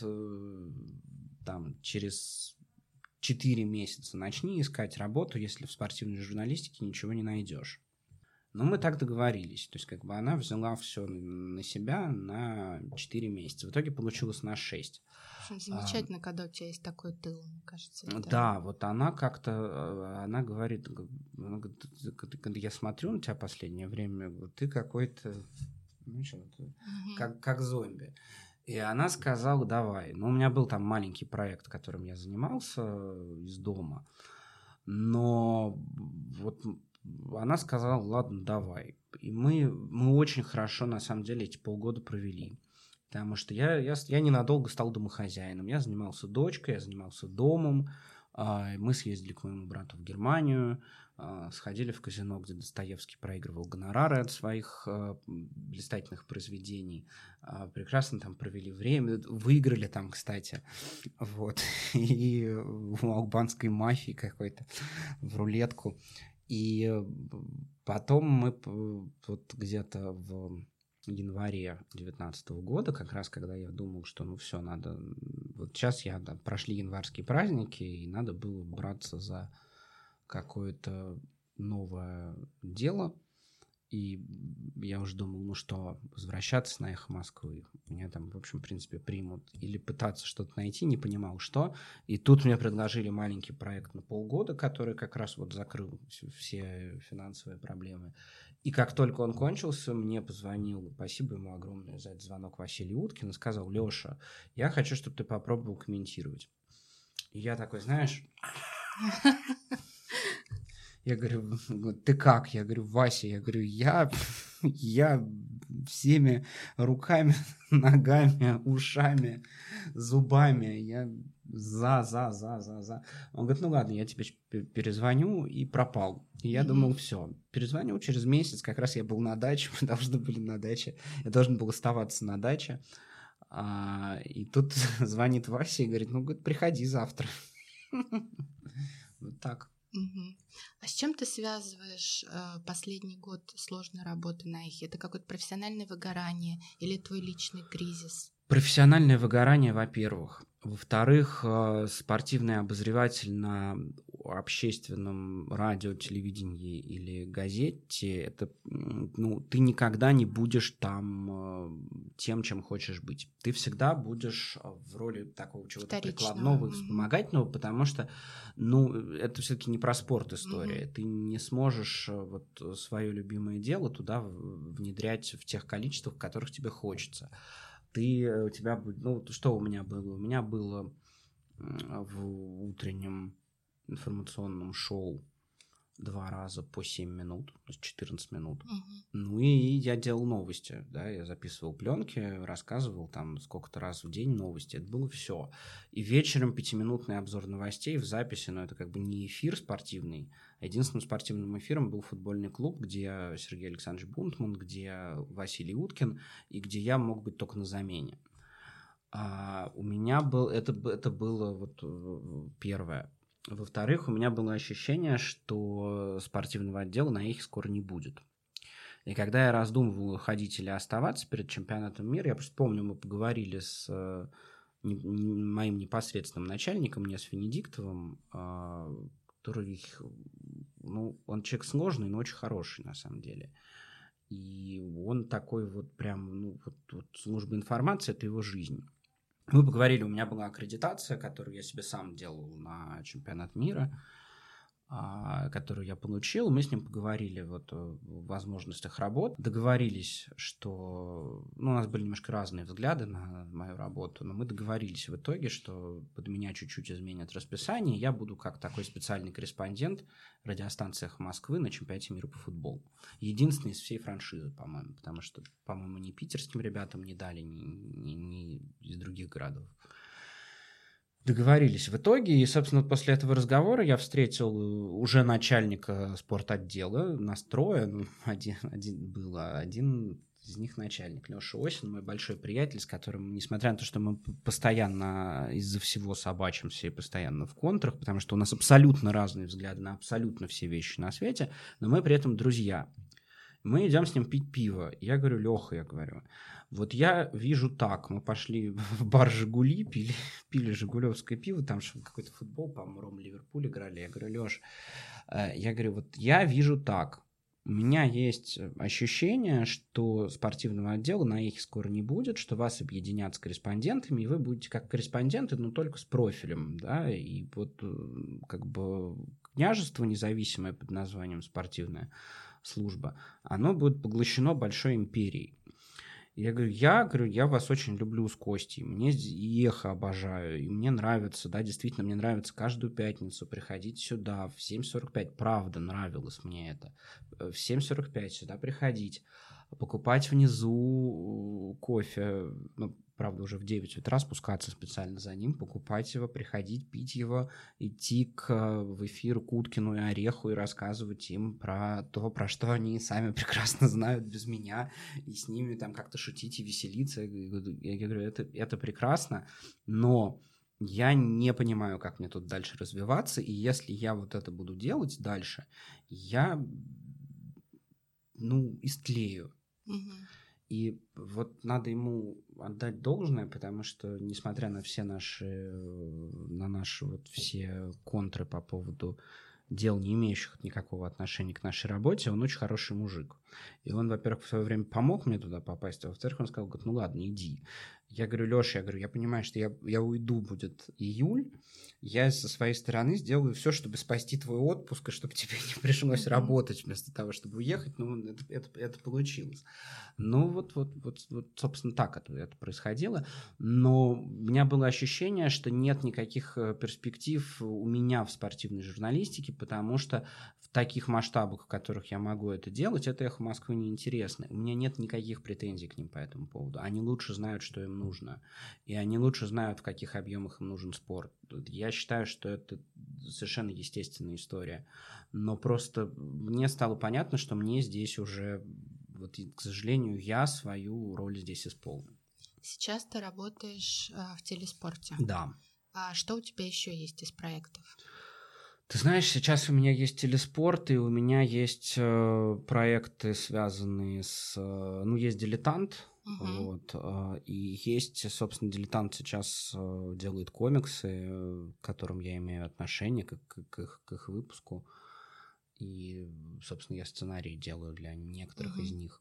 B: там через 4 месяца начни искать работу, если в спортивной журналистике ничего не найдешь. Ну, мы так договорились. То есть, как бы она взяла все на себя на 4 месяца. В итоге получилось на 6.
A: Замечательно, когда у тебя есть такой тыл, мне кажется.
B: Да, вот она как-то, она говорит, когда я смотрю на тебя последнее время, ты какой-то, ну что, как зомби. И она сказала, давай. Ну, у меня был там маленький проект, которым я занимался из дома. Но вот она сказала, ладно, давай. И мы очень хорошо, на самом деле, эти полгода провели. Потому что я ненадолго стал домохозяином. Я занимался дочкой, я занимался домом. Мы съездили к моему брату в Германию, сходили в казино, где Достоевский проигрывал гонорары от своих блистательных произведений. Прекрасно там провели время. Выиграли там, кстати. Вот. И у албанской мафии какой-то в рулетку. И потом мы вот где-то в январе 2019 года, как раз когда я думал, что ну все, надо... Вот сейчас прошли январские праздники, и надо было браться за какое-то новое дело. И я уже думал, ну что, возвращаться на «Эхо Москвы». Меня там, в общем, в принципе, примут. Или пытаться что-то найти, не понимал, что. И тут мне предложили маленький проект на полгода, который как раз вот закрыл все финансовые проблемы. И как только он кончился, мне позвонил, спасибо ему огромное за этот звонок, Василий Уткин, и сказал, Леша, я хочу, чтобы ты попробовал комментировать. И я такой, знаешь... Я говорю, ты как? Я говорю, Вася, я говорю, я всеми руками, ногами, ушами, зубами, я за. Он говорит, ну ладно, я тебе перезвоню, и пропал. И я думал, все, перезвоню через месяц, как раз я был на даче, мы должны были на даче, я должен был оставаться на даче. И тут звонит Вася и говорит, ну, приходи завтра. Вот так.
A: А с чем ты связываешь последний год сложной работы на «Эхе»? Это какое-то профессиональное выгорание или твой личный кризис?
B: Профессиональное выгорание, во-первых. Во-вторых, спортивный обозреватель на общественном радио, телевидении или газете, это, ну, ты никогда не будешь там тем, чем хочешь быть. Ты всегда будешь в роли такого чего-то прикладного и вспомогательного, потому что, ну, это все-таки не про спорт история. Ты не сможешь вот свое любимое дело туда внедрять в тех количествах, в которых тебе хочется. У тебя будет, ну, что у меня было? У меня было в утреннем информационном шоу 2 раза по 7 минут, то есть 14 минут. Ну и я делал новости, да, я записывал пленки, рассказывал там сколько-то раз в день новости, это было все. И вечером 5-минутный обзор новостей в записи, но это как бы не эфир спортивный. Единственным спортивным эфиром был футбольный клуб, где Сергей Александрович Бунтман, где Василий Уткин, и где я мог быть только на замене. У меня это было вот первое. Во-вторых, у меня было ощущение, что спортивного отдела на «Эхе» скоро не будет. И когда я раздумывал, уходить или оставаться перед чемпионатом мира, я просто помню, мы поговорили с моим непосредственным начальником, не с Венедиктовым, который, ну, он человек сложный, но очень хороший на самом деле. И он такой вот прям, ну, вот служба информации – это его жизнь. Мы поговорили, у меня была аккредитация, которую я себе сам делал на чемпионат мира, которую я получил. Мы с ним поговорили вот о возможностях работы. Договорились, что... Ну, у нас были немножко разные взгляды на мою работу, но мы договорились в итоге, что под меня чуть-чуть изменят расписание, и я буду как такой специальный корреспондент в радиостанциях Москвы на чемпионате мира по футболу. Единственный из всей франшизы, по-моему, потому что, по-моему, ни питерским ребятам не дали, ни из других городов. Договорились в итоге, и, собственно, после этого разговора я встретил уже начальника спортотдела, нас трое, один из них начальник. Леша Осин, мой большой приятель, с которым, несмотря на то, что мы постоянно из-за всего собачимся и постоянно в контрах, потому что у нас абсолютно разные взгляды на абсолютно все вещи на свете, но мы при этом друзья. Мы идем с ним пить пиво. Я говорю: Леха, я говорю, вот я вижу так. Мы пошли в бар «Жигули», пили жигулевское пиво, там какой-то футбол, по-моему, Ром-Ливерпуль играли. Я говорю: Леш, я говорю, вот я вижу так. У меня есть ощущение, что спортивного отдела на ЕХИ скоро не будет, что вас объединят с корреспондентами, и вы будете как корреспонденты, но только с профилем, да, и вот как бы княжество независимое под названием «Спортивная служба», оно будет поглощено большой империей. Я говорю, я вас очень люблю с Костей, мне и «Эхо» обожаю, и мне нравится, да, действительно, мне нравится каждую пятницу приходить сюда в 7:45, правда, нравилось мне это, в 7:45 сюда приходить, покупать внизу кофе, ну, правда, уже в 9 утра спускаться специально за ним, покупать его, приходить, пить его, идти в эфир к Уткину и Ореху и рассказывать им про то, про что они сами прекрасно знают без меня, и с ними там как-то шутить и веселиться. Я говорю, это прекрасно, но я не понимаю, как мне тут дальше развиваться, и если я вот это буду делать дальше, я, истлею. И вот надо ему отдать должное, потому что, несмотря на все наши вот все контры по поводу дел, не имеющих никакого отношения к нашей работе, он очень хороший мужик. И он, во-первых, в свое время помог мне туда попасть, а во-вторых, он сказал, ну ладно, иди. Я говорю, Леша, я понимаю, что я уйду, будет июль, я со своей стороны сделаю все, чтобы спасти твой отпуск, и чтобы тебе не пришлось работать вместо того, чтобы уехать. Это получилось. Вот, собственно, так это происходило. Но у меня было ощущение, что нет никаких перспектив у меня в спортивной журналистике, потому что в таких масштабах, в которых я могу это делать, это «Эхо Москвы» неинтересно. У меня нет никаких претензий к ним по этому поводу. Они лучше знают, что им нужно. И они лучше знают, в каких объемах им нужен спорт. Я считаю, что это совершенно естественная история. Но просто мне стало понятно, что мне здесь уже, к сожалению, я свою роль здесь исполнил.
A: Сейчас ты работаешь в телеспорте.
B: Да.
A: А что у тебя еще есть из проектов?
B: Ты знаешь, сейчас у меня есть телеспорт, и у меня есть проекты, связанные с... есть «Дилетант», и есть, собственно, «Дилетант» сейчас делает комиксы, к которым я имею отношение, к их выпуску. И, собственно, я сценарий делаю для некоторых из них.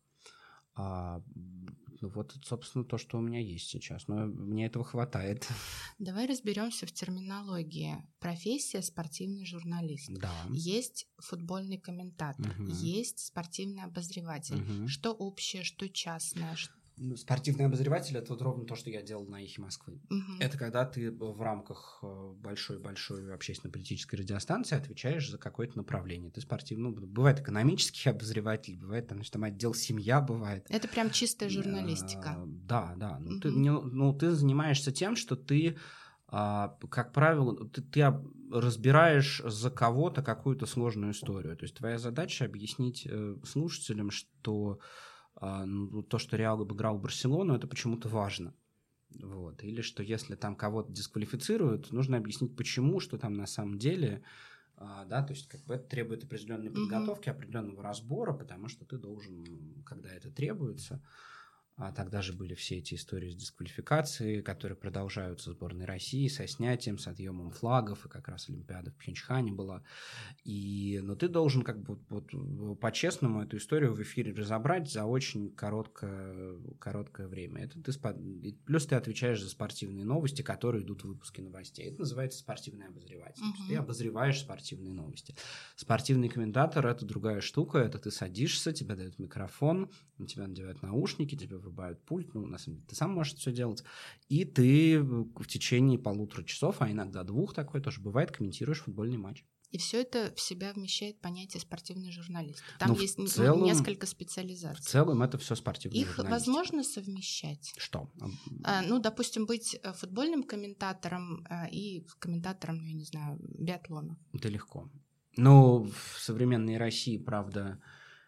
B: Собственно, то, что у меня есть сейчас. Но мне этого хватает.
A: Давай разберемся в терминологии. Профессия спортивный журналист.
B: Да.
A: Есть футбольный комментатор, есть спортивный обозреватель. Что общее, что частное?
B: Спортивный обозреватель — это ровно то, что я делал на «Эхе Москвы». Это когда ты в рамках большой-большой общественно-политической радиостанции отвечаешь за какое-то направление. Ты спортивный, бывает экономический обозреватель, бывает там отдел «Семья» бывает.
A: Это прям чистая журналистика.
B: Да. Ты занимаешься тем, что ты, как правило, ты разбираешь за кого-то какую-то сложную историю. То есть твоя задача объяснить слушателям, что то, что Реал обыграл Барселону, это почему-то важно. Или что если там кого-то дисквалифицируют, нужно объяснить, почему, что там на самом деле, то есть это требует определенной подготовки, определенного разбора, потому что ты должен, когда это требуется, тогда же были все эти истории с дисквалификацией, которые продолжаются в сборной России, со снятием, с отъемом флагов, и как раз Олимпиада в Пхенчхане была. Но ты должен по-честному эту историю в эфире разобрать за очень короткое время. Плюс ты отвечаешь за спортивные новости, которые идут в выпуске новостей. Это называется спортивный обозреватель. То есть ты обозреваешь спортивные новости. Спортивный комментатор — это другая штука. Это ты садишься, тебе дают микрофон, тебя надевают наушники, тебе врубают пульт, на самом деле ты сам можешь все делать, и ты в течение 1,5 часов, а иногда 2, такое тоже бывает, комментируешь футбольный матч.
A: И все это в себя вмещает понятие спортивной журналистики. Там есть несколько специализаций.
B: В целом это все спортивная
A: журналистика. Их возможно совмещать?
B: Что?
A: Допустим, быть футбольным комментатором и комментатором, я не знаю, биатлона.
B: Это легко. В современной России, правда,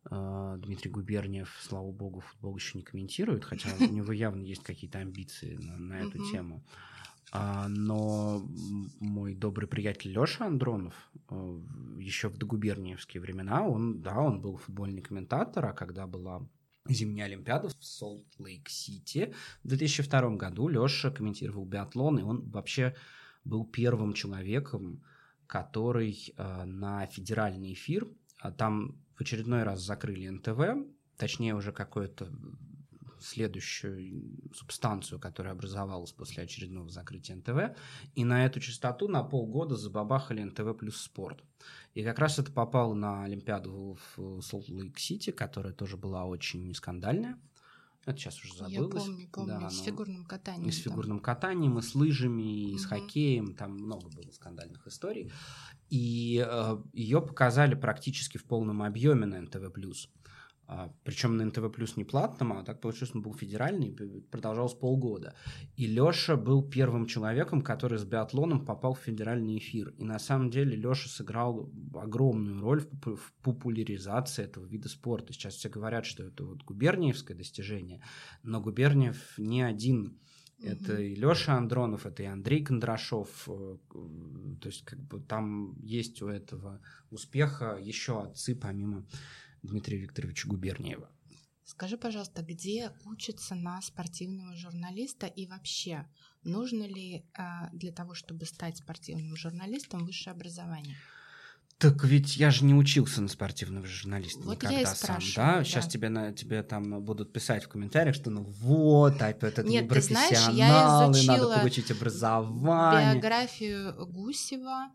B: Дмитрий Губерниев, слава богу, футбол еще не комментирует, хотя у него явно есть какие-то амбиции на эту тему. Но мой добрый приятель Леша Андронов еще в догуберниевские времена, он был футбольный комментатор, а когда была зимняя Олимпиада в Солт-Лейк-Сити в 2002 году, Леша комментировал биатлон, и он вообще был первым человеком, который на федеральный эфир, там в очередной раз закрыли НТВ, точнее уже какую-то следующую субстанцию, которая образовалась после очередного закрытия НТВ, и на эту частоту на полгода забабахали НТВ плюс спорт. И как раз это попало на Олимпиаду в Солт-Лейк-Сити, которая тоже была очень скандальная. Это сейчас уже забылось.
A: Я помню, да, с фигурным катанием.
B: И с фигурным катанием, и с лыжами, и с хоккеем, там много было скандальных историй. И ее показали практически в полном объеме на НТВ+. Причем на НТВ+, не платном, а так получилось, он был федеральный, продолжалось полгода. И Леша был первым человеком, который с биатлоном попал в федеральный эфир. И на самом деле Леша сыграл огромную роль в популяризации этого вида спорта. Сейчас все говорят, что это вот губерниевское достижение, но Губерниев не один. Это и Леша Андронов, это и Андрей Кондрашов. То есть как бы там есть у этого успеха еще отцы, помимо Дмитрия Викторовича Губерниева.
A: Скажи, пожалуйста, где учатся на спортивного журналиста и вообще нужно ли для того, чтобы стать спортивным журналистом, высшее образование?
B: Так ведь я же не учился на спортивного журналиста
A: вот
B: никогда
A: я и
B: сам,
A: да?
B: Да? Сейчас тебе там будут писать в комментариях, что это
A: Нет,
B: не профессионал, и надо получить образование.
A: Биографию Гусева,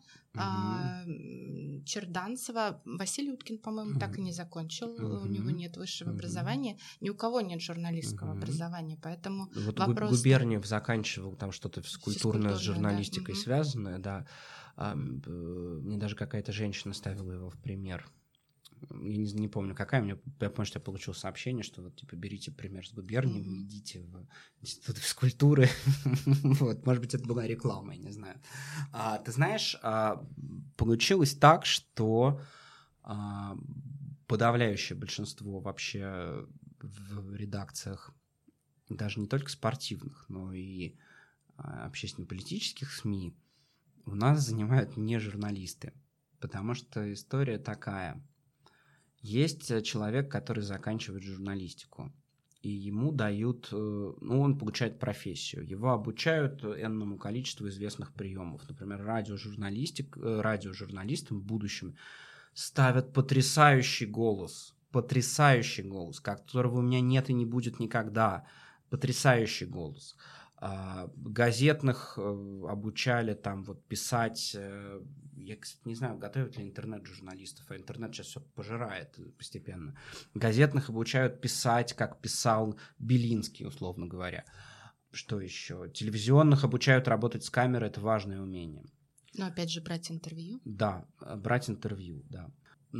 A: Черданцева. Василий Уткин, по-моему, так и не закончил. У него нет высшего образования. Ни у кого нет журналистского образования, поэтому
B: вот
A: вопрос...
B: Губерниев заканчивал там что-то физкультурное с журналистикой связанное, да. Мне даже какая-то женщина ставила его в пример. Я не помню, какая. Я помню, что я получил сообщение, что вот типа берите пример с Губерниева, идите в институт физкультуры. Вот, может быть, это была реклама, я не знаю. Ты знаешь, получилось так, что подавляющее большинство вообще в редакциях, даже не только спортивных, но и общественно-политических СМИ, у нас занимают не журналисты, потому что история такая. Есть человек, который заканчивает журналистику, и ему дают, он получает профессию, его обучают энному количеству известных приемов. Например, радиожурналистам в будущем ставят потрясающий голос, которого у меня нет и не будет никогда, потрясающий голос. Газетных обучали там вот писать, я, кстати, не знаю, готовят ли интернет журналистов, а интернет сейчас все пожирает постепенно. Газетных обучают писать, как писал Белинский, условно говоря. Что еще? Телевизионных обучают работать с камерой, это важное умение.
A: Но опять же брать интервью?
B: Да, брать интервью, да.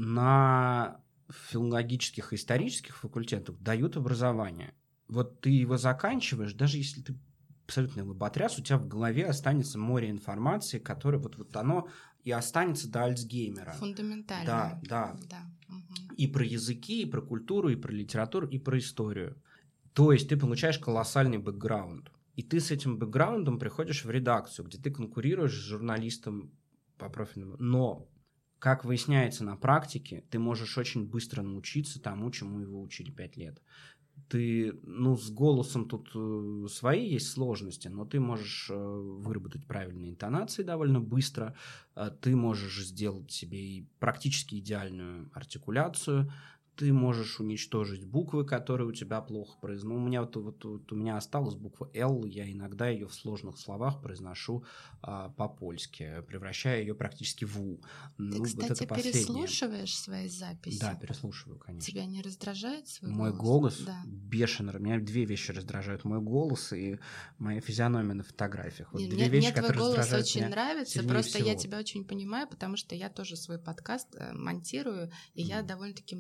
B: На филологических и исторических факультетах дают образование. Вот ты его заканчиваешь, даже если ты абсолютный лоботряс, у тебя в голове останется море информации, которое вот оно и останется до Альцгеймера.
A: Фундаментально.
B: Да. И про языки, и про культуру, и про литературу, и про историю. То есть ты получаешь колоссальный бэкграунд. И ты с этим бэкграундом приходишь в редакцию, где ты конкурируешь с журналистом по профильному. Но, как выясняется на практике, ты можешь очень быстро научиться тому, чему его учили 5 лет. Ты, с голосом тут свои есть сложности, но ты можешь выработать правильные интонации довольно быстро, ты можешь сделать себе и практически идеальную артикуляцию, ты можешь уничтожить буквы, которые у тебя плохо произносятся. У меня у меня осталась буква «Л», я иногда ее в сложных словах произношу по-польски, превращая ее практически в «у».
A: Ты, кстати, переслушиваешь свои записи?
B: Да, переслушиваю, конечно.
A: Тебя не раздражает свой
B: голос? Мой голос бешено. Меня 2 вещи раздражают. Мой голос и моя физиономия на фотографиях. Вот 2 вещи, которые раздражают меня.
A: Мне твой голос очень нравится, просто
B: всего.
A: Я тебя очень понимаю, потому что я тоже свой подкаст монтирую, и я довольно-таки много себя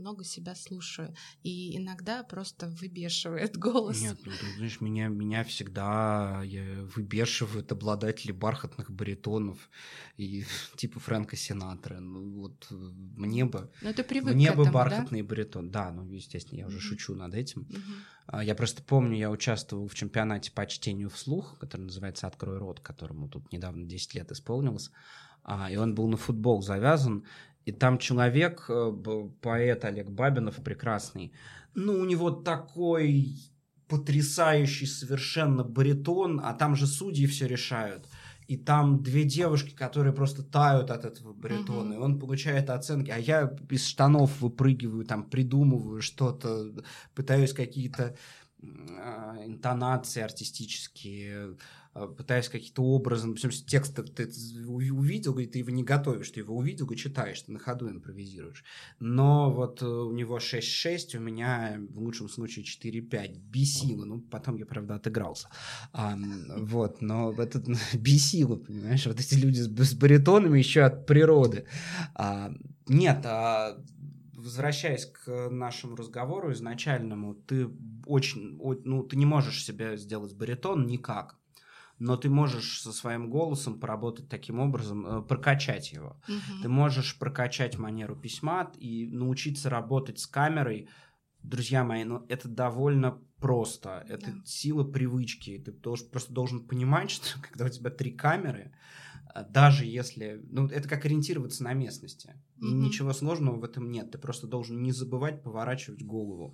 A: тебя слушаю, и иногда просто выбешивает голос.
B: Нет, ну, ты знаешь, меня всегда выбешивают обладатели бархатных баритонов и типа Фрэнка Синатра. Ну, вот мне бы
A: ты привык
B: мне
A: к
B: бы
A: этому,
B: бархатный баритон. Да, ну, естественно, я уже шучу над этим. Я просто помню, я участвовал в чемпионате по чтению вслух, который называется «Открой рот», которому тут недавно 10 лет исполнилось. И он был на футбол завязан. И там человек, поэт Олег Бабинов, прекрасный, ну, у него такой потрясающий совершенно баритон, а там же судьи все решают. И там две девушки, которые просто тают от этого баритона, и он получает оценки, а я из штанов выпрыгиваю, там придумываю что-то, пытаюсь какие-то интонации артистические, пытаюсь какие-то образы, причем текст ты увидел, и ты его не готовишь, ты его увидел и читаешь, ты на ходу импровизируешь. Но вот у него 6-6, у меня в лучшем случае 4-5. Бесило. Ну, потом я, правда, отыгрался. Вот, но это бесило, понимаешь? Вот эти люди с баритонами еще от природы. Нет, возвращаясь к нашему разговору изначальному, ты ты не можешь себе сделать баритон никак, но ты можешь со своим голосом поработать таким образом, прокачать его. Ты можешь прокачать манеру письма и научиться работать с камерой. Друзья мои, это довольно просто. Это сила привычки. Ты просто должен понимать, что когда у тебя 3 камеры, даже если... это как ориентироваться на местности. Ничего сложного в этом нет. Ты просто должен не забывать поворачивать голову.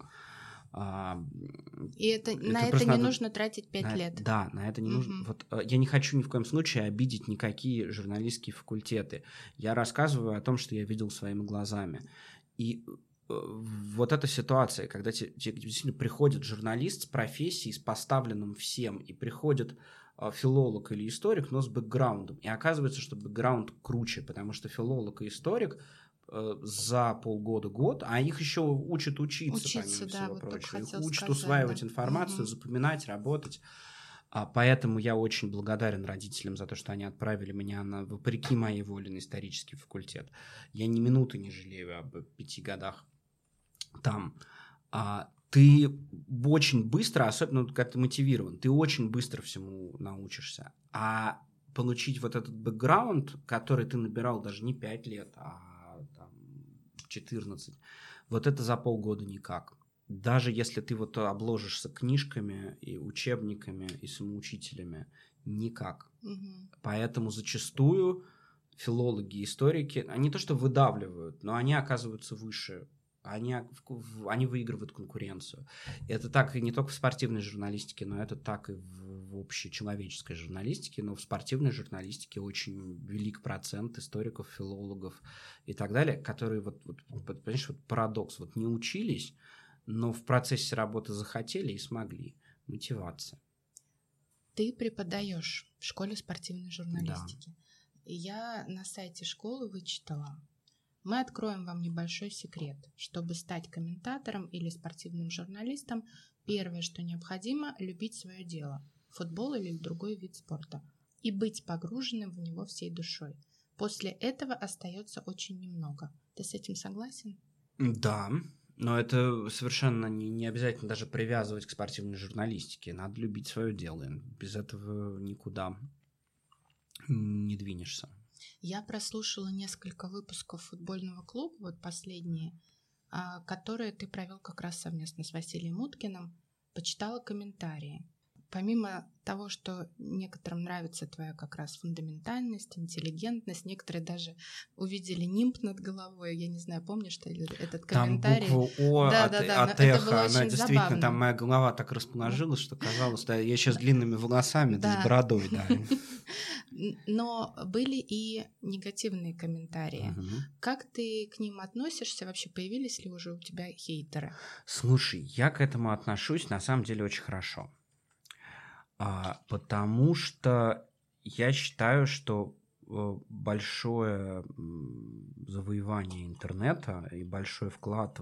A: И на это не нужно тратить 5 лет.
B: Да, на это не нужно. Вот, я не хочу ни в коем случае обидеть никакие журналистские факультеты. Я рассказываю о том, что я видел своими глазами. И вот эта ситуация, когда тебе действительно приходит журналист с профессией, с поставленным всем, и приходит филолог или историк, но с бэкграундом. И оказывается, что бэкграунд круче, потому что филолог и историк за полгода-год, а их еще учат учиться помимо всего прочего. Их учат усваивать информацию, запоминать, работать. Поэтому я очень благодарен родителям за то, что они отправили меня вопреки моей воле на исторический факультет. Я ни минуты не жалею об 5 годах там. Ты очень быстро, особенно когда ты мотивирован, ты очень быстро всему научишься. А получить вот этот бэкграунд, который ты набирал даже не 5 лет, а 14, вот это за полгода никак. Даже если ты вот обложишься книжками и учебниками и самоучителями, никак. Поэтому зачастую филологи, историки, они то что выдавливают, но они оказываются выше. Они выигрывают конкуренцию. Это так и не только в спортивной журналистике, но это так и в общечеловеческой журналистике. Но в спортивной журналистике очень велик процент историков, филологов и так далее, которые, понимаешь, парадокс, не учились, но в процессе работы захотели и смогли. Мотивация.
A: Ты преподаешь в школе спортивной журналистики.
B: Да.
A: И я на сайте школы вычитала. Мы откроем вам небольшой секрет. Чтобы стать комментатором или спортивным журналистом, первое, что необходимо, любить свое дело, футбол или другой вид спорта, и быть погруженным в него всей душой. После этого остается очень немного. Ты с этим согласен?
B: Да, но это совершенно не обязательно даже привязывать к спортивной журналистике. Надо любить свое дело. Без этого никуда не двинешься.
A: Я прослушала несколько выпусков футбольного клуба, последние, которые ты провел как раз совместно с Василием Уткиным, почитала комментарии. Помимо того, что некоторым нравится твоя как раз фундаментальность, интеллигентность, некоторые даже увидели нимб над головой. Я не знаю, помнишь ты этот комментарий?
B: Там букву О от эхо, она действительно,
A: забавно.
B: Там моя голова так расположилась, что казалось, что я сейчас с длинными волосами, с бородой. Да.
A: Но были и негативные комментарии. Как ты к ним относишься? Вообще появились ли уже у тебя хейтеры?
B: Слушай, я к этому отношусь на самом деле очень хорошо. Потому что я считаю, что большое завоевание интернета и большой вклад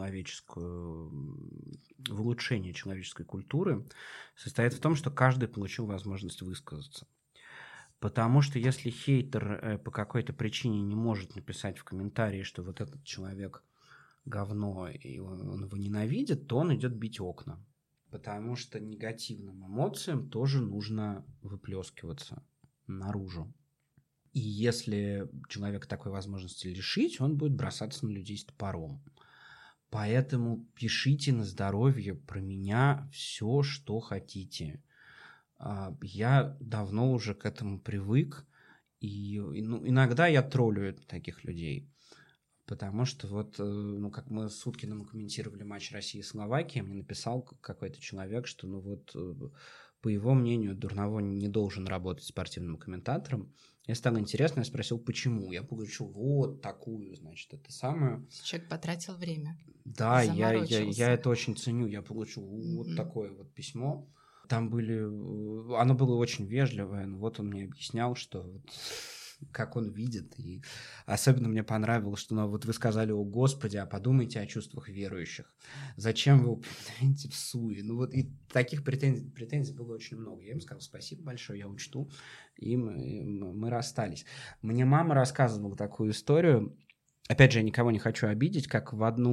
B: в улучшение человеческой культуры состоит в том, что каждый получил возможность высказаться. Потому что если хейтер по какой-то причине не может написать в комментарии, что вот этот человек говно, и он его ненавидит, то он идет бить окна. Потому что негативным эмоциям тоже нужно выплескиваться наружу. И если человека такой возможности лишить, он будет бросаться на людей с топором. Поэтому пишите на здоровье про меня все, что хотите. Я давно уже к этому привык. И иногда я троллю таких людей. Потому что как мы с Уткиным комментировали матч России и Словакии, мне написал какой-то человек, что по его мнению, Дурново не должен работать спортивным комментатором. Мне стало интересно, я спросил, почему. Я получил вот такую, значит, это самое.
A: Человек потратил время.
B: Да, я это очень ценю. Я получил вот такое вот письмо. Там оно было очень вежливое, но вот он мне объяснял, что как он видит. И особенно мне понравилось, что вы сказали: о Господи, а подумайте о чувствах верующих. Зачем вы упоминаете в суе? И таких претензий было очень много. Я им сказал: спасибо большое, я учту. И мы расстались. Мне мама рассказывала такую историю. Опять же, я никого не хочу обидеть, как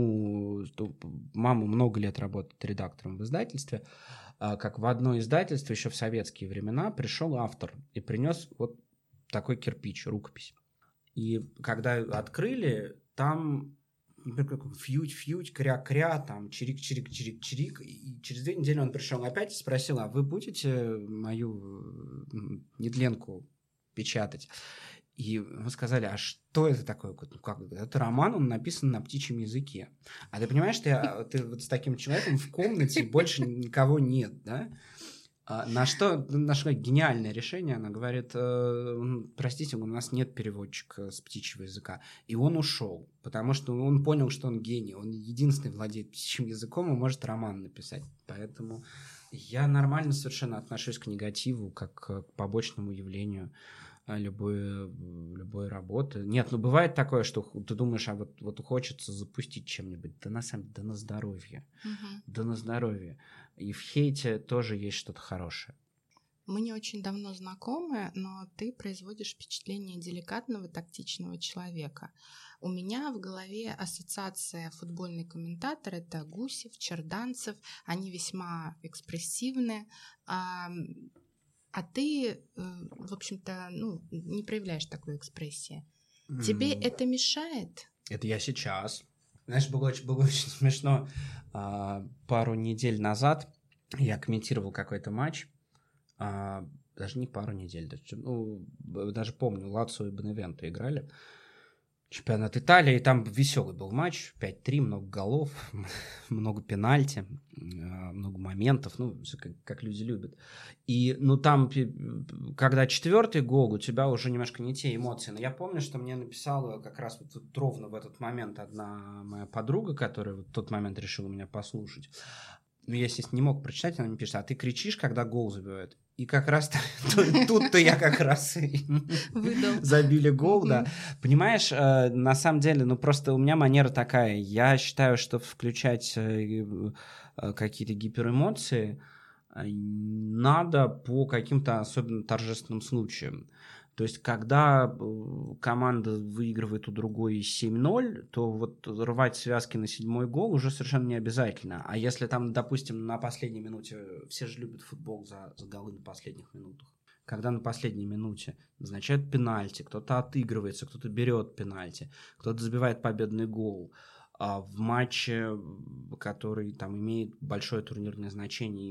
B: мама много лет работает редактором в издательстве, как в одно издательство еще в советские времена пришел автор и принес вот такой кирпич, рукопись. И когда открыли, там фьють, кря-кря, там чирик-чирик-чирик-чирик. И через 2 недели он пришел опять и спросил: а вы будете мою нетленку печатать? И мы сказали: а что это такое? Это роман, он написан на птичьем языке. А ты понимаешь, ты вот с таким человеком в комнате, больше никого нет, да? На что наше гениальное решение, она говорит: простите, у нас нет переводчика с птичьего языка. И он ушел, потому что он понял, что он гений, он единственный владеет птичьим языком и может роман написать. Поэтому я нормально совершенно отношусь к негативу, как к побочному явлению любой работы. Нет, бывает такое, что ты думаешь, а вот хочется запустить чем-нибудь. Да на самом деле, да на здоровье. Да на здоровье. И в хейте тоже есть что-то хорошее.
A: Мы не очень давно знакомы, но ты производишь впечатление деликатного, тактичного человека. У меня в голове ассоциация футбольный комментатор — это Гусев, Черданцев. Они весьма экспрессивны. А ты, в общем-то, не проявляешь такой экспрессии. Тебе это мешает?
B: Это я сейчас. Знаешь, было очень смешно. Пару недель назад я комментировал какой-то матч. Даже не пару недель. Даже помню, Лацио и Беневенто играли. Чемпионат Италии. И там веселый был матч. 5-3, много голов, много пенальти, много моментов. Как люди любят. И там, когда 4-й гол, у тебя уже немножко не те эмоции. Но я помню, что мне написала как раз вот ровно в этот момент одна моя подруга, которая в тот момент решила меня послушать. Я, естественно, не мог прочитать, она мне пишет: а ты кричишь, когда гол забивают? И как раз тут-то я как раз забили гол, да. Понимаешь, на самом деле, просто у меня манера такая. Я считаю, что включать какие-то гиперэмоции надо по каким-то особенно торжественным случаям. То есть, когда команда выигрывает у другой 7-0, то рвать связки на 7-й гол уже совершенно не обязательно. А если там, допустим, на последней минуте, все же любят футбол за голы на последних минутах, когда на последней минуте назначают пенальти, кто-то отыгрывается, кто-то берет пенальти, кто-то забивает победный гол, а в матче, который там имеет большое турнирное значение,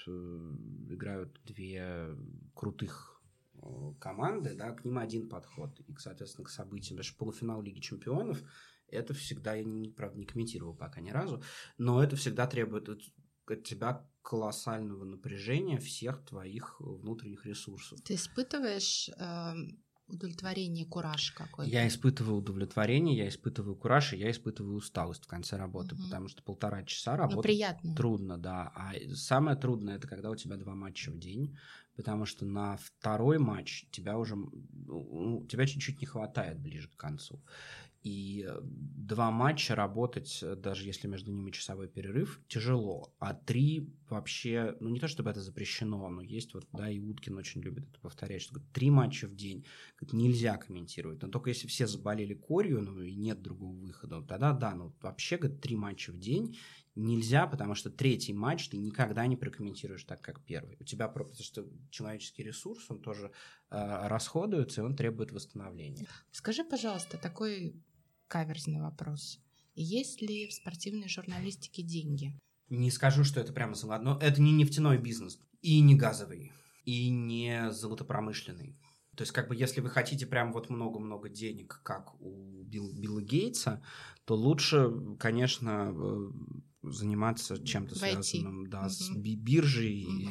B: играют 2 крутых команды, да, к ним один подход, и, соответственно, к событиям. Даже полуфинал Лиги Чемпионов, это всегда, я, правда, не комментировал пока ни разу, но это всегда требует от тебя колоссального напряжения всех твоих внутренних ресурсов.
A: Ты испытываешь удовлетворение, кураж какой-то?
B: Я испытываю удовлетворение, я испытываю кураж, и я испытываю усталость в конце работы, потому что 1,5 часа работать трудно, да. А самое трудное — это когда у тебя 2 матча в день, потому что на второй матч тебя тебя чуть-чуть не хватает ближе к концу. И 2 матча работать, даже если между ними часовой перерыв, тяжело. А 3 вообще, не то чтобы это запрещено, но есть и Уткин очень любит это повторять, что 3 матча в день нельзя комментировать. Но только если все заболели корью, и нет другого выхода, тогда да, вообще 3 матча в день нельзя, потому что 3-й матч ты никогда не прокомментируешь так, как первый. У тебя потому что человеческий ресурс, он тоже расходуется, и он требует восстановления.
A: Скажи, пожалуйста, такой каверзный вопрос. Есть ли в спортивной журналистике деньги?
B: Не скажу, что это прямо но это не нефтяной бизнес, и не газовый, и не золотопромышленный. То есть, если вы хотите прям много-много денег, как у Билла Гейтса, то лучше, конечно, заниматься чем-то связанным с биржей и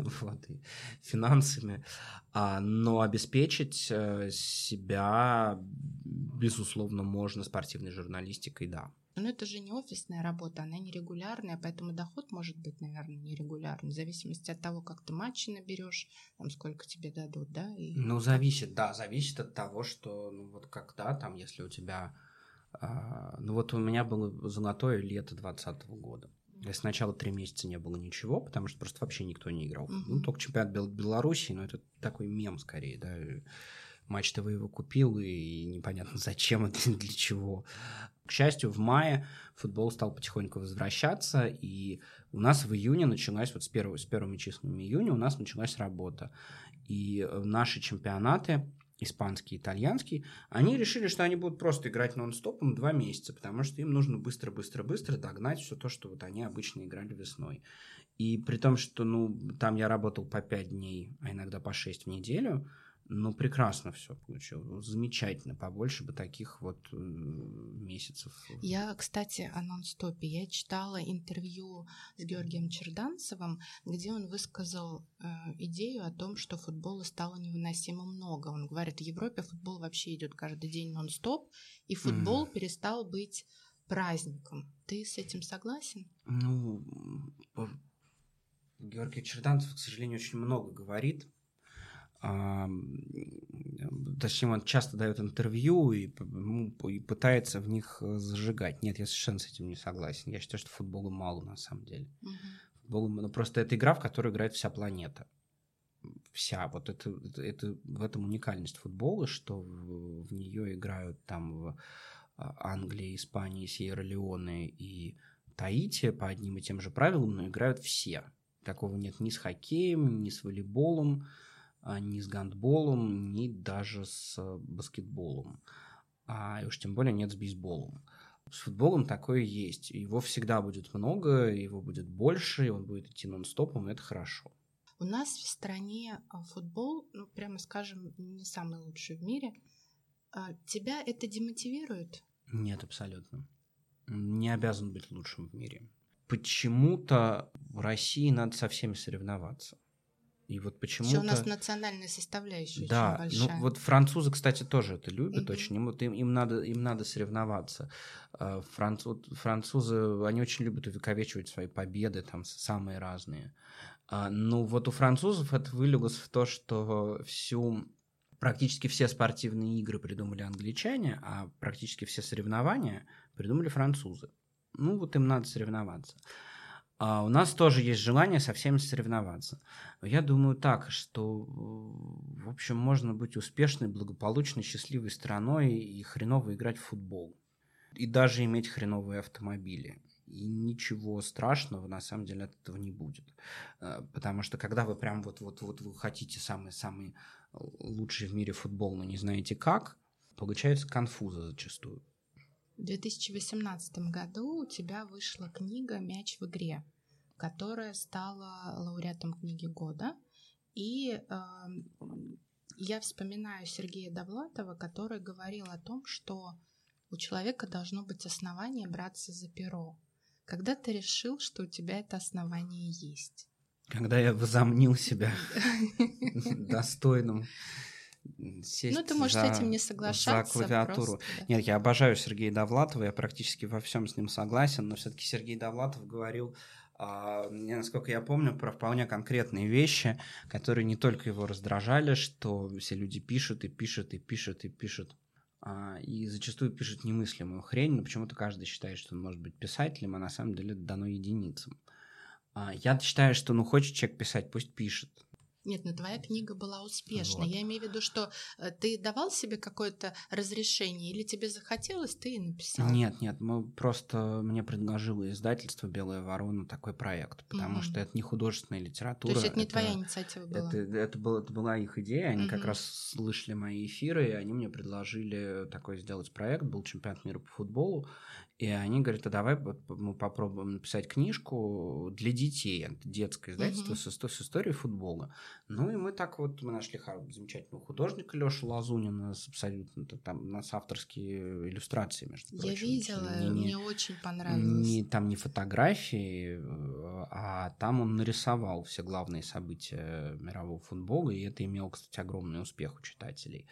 B: финансами, но обеспечить себя, безусловно, можно спортивной журналистикой, да.
A: Но это же не офисная работа, она нерегулярная, поэтому доход может быть, наверное, нерегулярный, в зависимости от того, как ты матчи наберешь, сколько тебе дадут, да?
B: Зависит от того, что, если у тебя... у меня было золотое лето 2020 года. Сначала 3 месяца не было ничего, потому что просто вообще никто не играл. Только чемпионат Беларуси, но это такой мем скорее, да. Матч ТВ его купил, и непонятно зачем это, для чего. К счастью, в мае футбол стал потихоньку возвращаться, и у нас в июне началась, с первыми числами июня у нас началась работа. И наши чемпионаты, испанский, итальянский, они решили, что они будут просто играть нон-стопом 2 месяца, потому что им нужно быстро-быстро-быстро догнать все то, что они обычно играли весной. И при том, что там я работал по 5 дней, а иногда по 6 в неделю, прекрасно все получилось. Замечательно. Побольше бы таких месяцев.
A: Я, кстати, о нон-стопе. Я читала интервью с Георгием Черданцевым, где он высказал идею о том, что футбола стало невыносимо много. Он говорит, в Европе футбол вообще идет каждый день нон-стоп, и футбол перестал быть праздником. Ты с этим согласен?
B: Георгий Черданцев, к сожалению, очень много говорит. Точнее, он часто дает интервью и пытается в них зажигать. Нет, я совершенно с этим не согласен. Я считаю, что футбола мало на самом деле. Просто это игра, в которую играет вся планета. Вся. Это в этом уникальность футбола, что в нее играют в Англии, Испании, Сьерра-Леоне и Таити по одним и тем же правилам, но играют все. Такого нет ни с хоккеем, ни с волейболом, ни с гандболом, ни даже с баскетболом. И уж тем более нет с бейсболом. С футболом такое есть. Его всегда будет много, его будет больше, и он будет идти нон-стопом, и это хорошо.
A: У нас в стране футбол, прямо скажем, не самый лучший в мире. Тебя это демотивирует?
B: Нет, абсолютно. Не обязан быть лучшим в мире. Почему-то в России надо со всеми соревноваться. И почему-то...
A: Еще у нас национальная составляющая очень большая.
B: Французы, кстати, тоже это любят очень. Им надо соревноваться. Французы, они очень любят увековечивать свои победы, самые разные. Но у французов это вылилось в то, что практически все спортивные игры придумали англичане, а практически все соревнования придумали французы. Им надо соревноваться. У нас тоже есть желание со всеми соревноваться. Я думаю так, что, в общем, можно быть успешной, благополучной, счастливой страной и хреново играть в футбол. И даже иметь хреновые автомобили. И ничего страшного, на самом деле, от этого не будет. Потому что, когда вы прям вы хотите самый лучший в мире футбол, но не знаете как, получается конфуза зачастую.
A: В 2018 году у тебя вышла книга «Мяч в игре», которая стала лауреатом книги года. И я вспоминаю Сергея Довлатова, который говорил о том, что у человека должно быть основание браться за перо. Когда ты решил, что у тебя это основание есть?
B: Когда я возомнил себя достойным сесть
A: ты можешь с этим не соглашаться,
B: за клавиатуру.
A: Просто, да.
B: Нет, я обожаю Сергея Довлатова, я практически во всем с ним согласен, но все-таки Сергей Довлатов говорил Насколько я помню, про вполне конкретные вещи, которые не только его раздражали, что все люди пишут и пишут и пишут и пишут. И зачастую пишут немыслимую хрень, но почему-то каждый считает, что он может быть писателем, а на самом деле это дано единицам. Я считаю, что хочет человек писать, пусть пишет.
A: Нет, но твоя книга была успешна.
B: Вот.
A: Я имею в виду, что ты давал себе какое-то разрешение, или тебе захотелось, ты и написал?
B: Нет, мне предложило издательство «Белая ворона» такой проект, потому что это не художественная литература.
A: То есть это не твоя инициатива была?
B: Это была их идея, они как раз слышали мои эфиры, и они мне предложили такой сделать проект, был чемпионат мира по футболу, и они говорят, а давай мы попробуем написать книжку для детей, это детское издательство с историей футбола. И мы нашли замечательного художника Лёшу Лазунина с абсолютно с авторские иллюстрации, между прочим.
A: Я видела, мне очень понравилось.
B: Там не фотографии, а там он нарисовал все главные события мирового футбола, и это имело, кстати, огромный успех у читателей.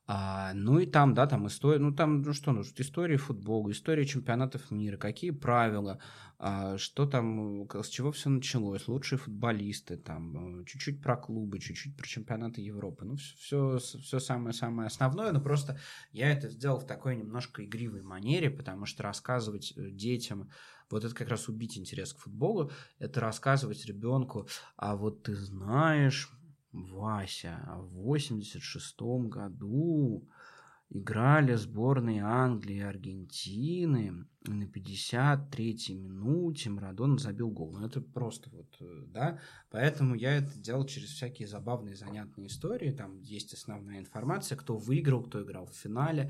B: И там, там история, история футбола, история чемпионатов мира, какие правила, что там, с чего все началось, лучшие футболисты, там, чуть-чуть про клубы, чуть-чуть про чемпионаты Европы, все самое-самое основное, но просто я это сделал в такой немножко игривой манере, потому что рассказывать детям, вот это как раз убить интерес к футболу, это рассказывать ребенку, ты знаешь, Вася, в 86-м году играли сборные Англии и Аргентины, и на 53-й минуте Марадона забил гол. Это просто да. Поэтому я это делал через всякие забавные, занятные истории. Там есть основная информация, кто выиграл, кто играл в финале.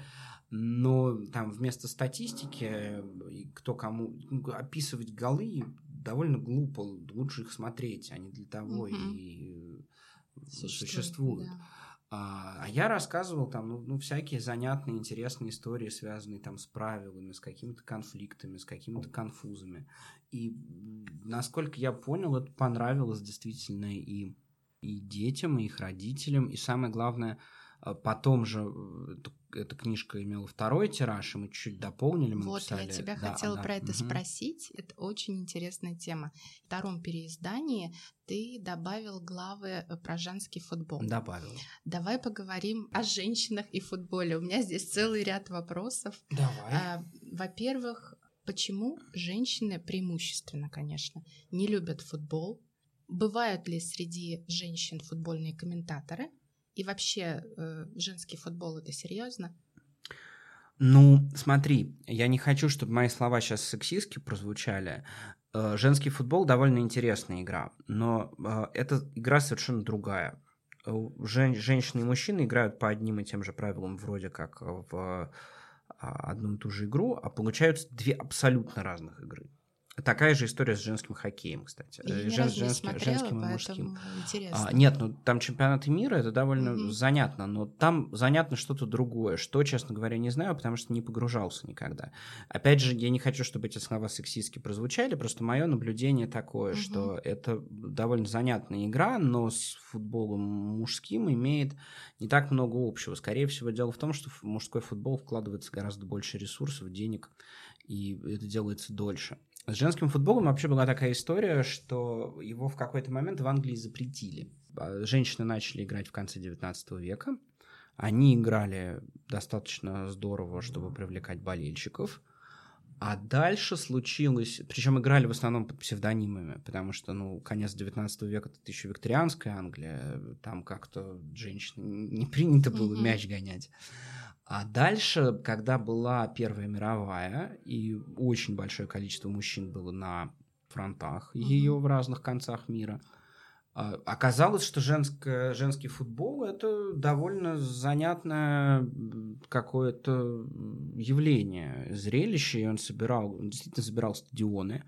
B: Но там вместо статистики, кто кому описывать голы довольно глупо. Лучше их смотреть, они для того и существуют.
A: Да.
B: А я рассказывал там, всякие занятные, интересные истории, связанные там с правилами, с какими-то конфликтами, с какими-то конфузами. И, насколько я понял, это понравилось действительно и детям, и их родителям. И самое главное, потом же эта книжка имела второй тираж, и мы чуть-чуть дополнили, мы написали...
A: Я тебя хотела про это спросить. Это очень интересная тема. В втором переиздании ты добавил главы про женский футбол.
B: Добавил.
A: Давай поговорим о женщинах и футболе. У меня здесь целый ряд вопросов.
B: Давай.
A: Во-первых, почему женщины преимущественно, конечно, не любят футбол? Бывают ли среди женщин футбольные комментаторы? И вообще, женский футбол — это серьезно?
B: Смотри, я не хочу, чтобы мои слова сейчас сексистски прозвучали. Женский футбол довольно интересная игра, но эта игра совершенно другая. Женщины и мужчины играют по одним и тем же правилам вроде как в одну и ту же игру, а получаются две абсолютно разных игры. Такая же история с женским хоккеем, кстати.
A: Женским и мужским.
B: Нет, там чемпионаты мира, это довольно занятно, но там занятно что-то другое. Что, честно говоря, не знаю, потому что не погружался никогда. Опять же, я не хочу, чтобы эти слова сексистски прозвучали, просто мое наблюдение такое, что это довольно занятная игра, но с футболом мужским имеет не так много общего. Скорее всего, дело в том, что в мужской футбол вкладывается гораздо больше ресурсов, денег, и это делается дольше. С женским футболом вообще была такая история, что его в какой-то момент в Англии запретили. Женщины начали играть в конце 19 века. Они играли достаточно здорово, чтобы привлекать болельщиков. А дальше случилось... Причем играли в основном под псевдонимами, потому что, конец 19 века — это еще викторианская Англия. Там как-то женщин не принято было мяч гонять. А дальше, когда была Первая мировая, и очень большое количество мужчин было на фронтах ее в разных концах мира, оказалось, что женский футбол — это довольно занятное какое-то явление, зрелище, и он действительно собирал стадионы.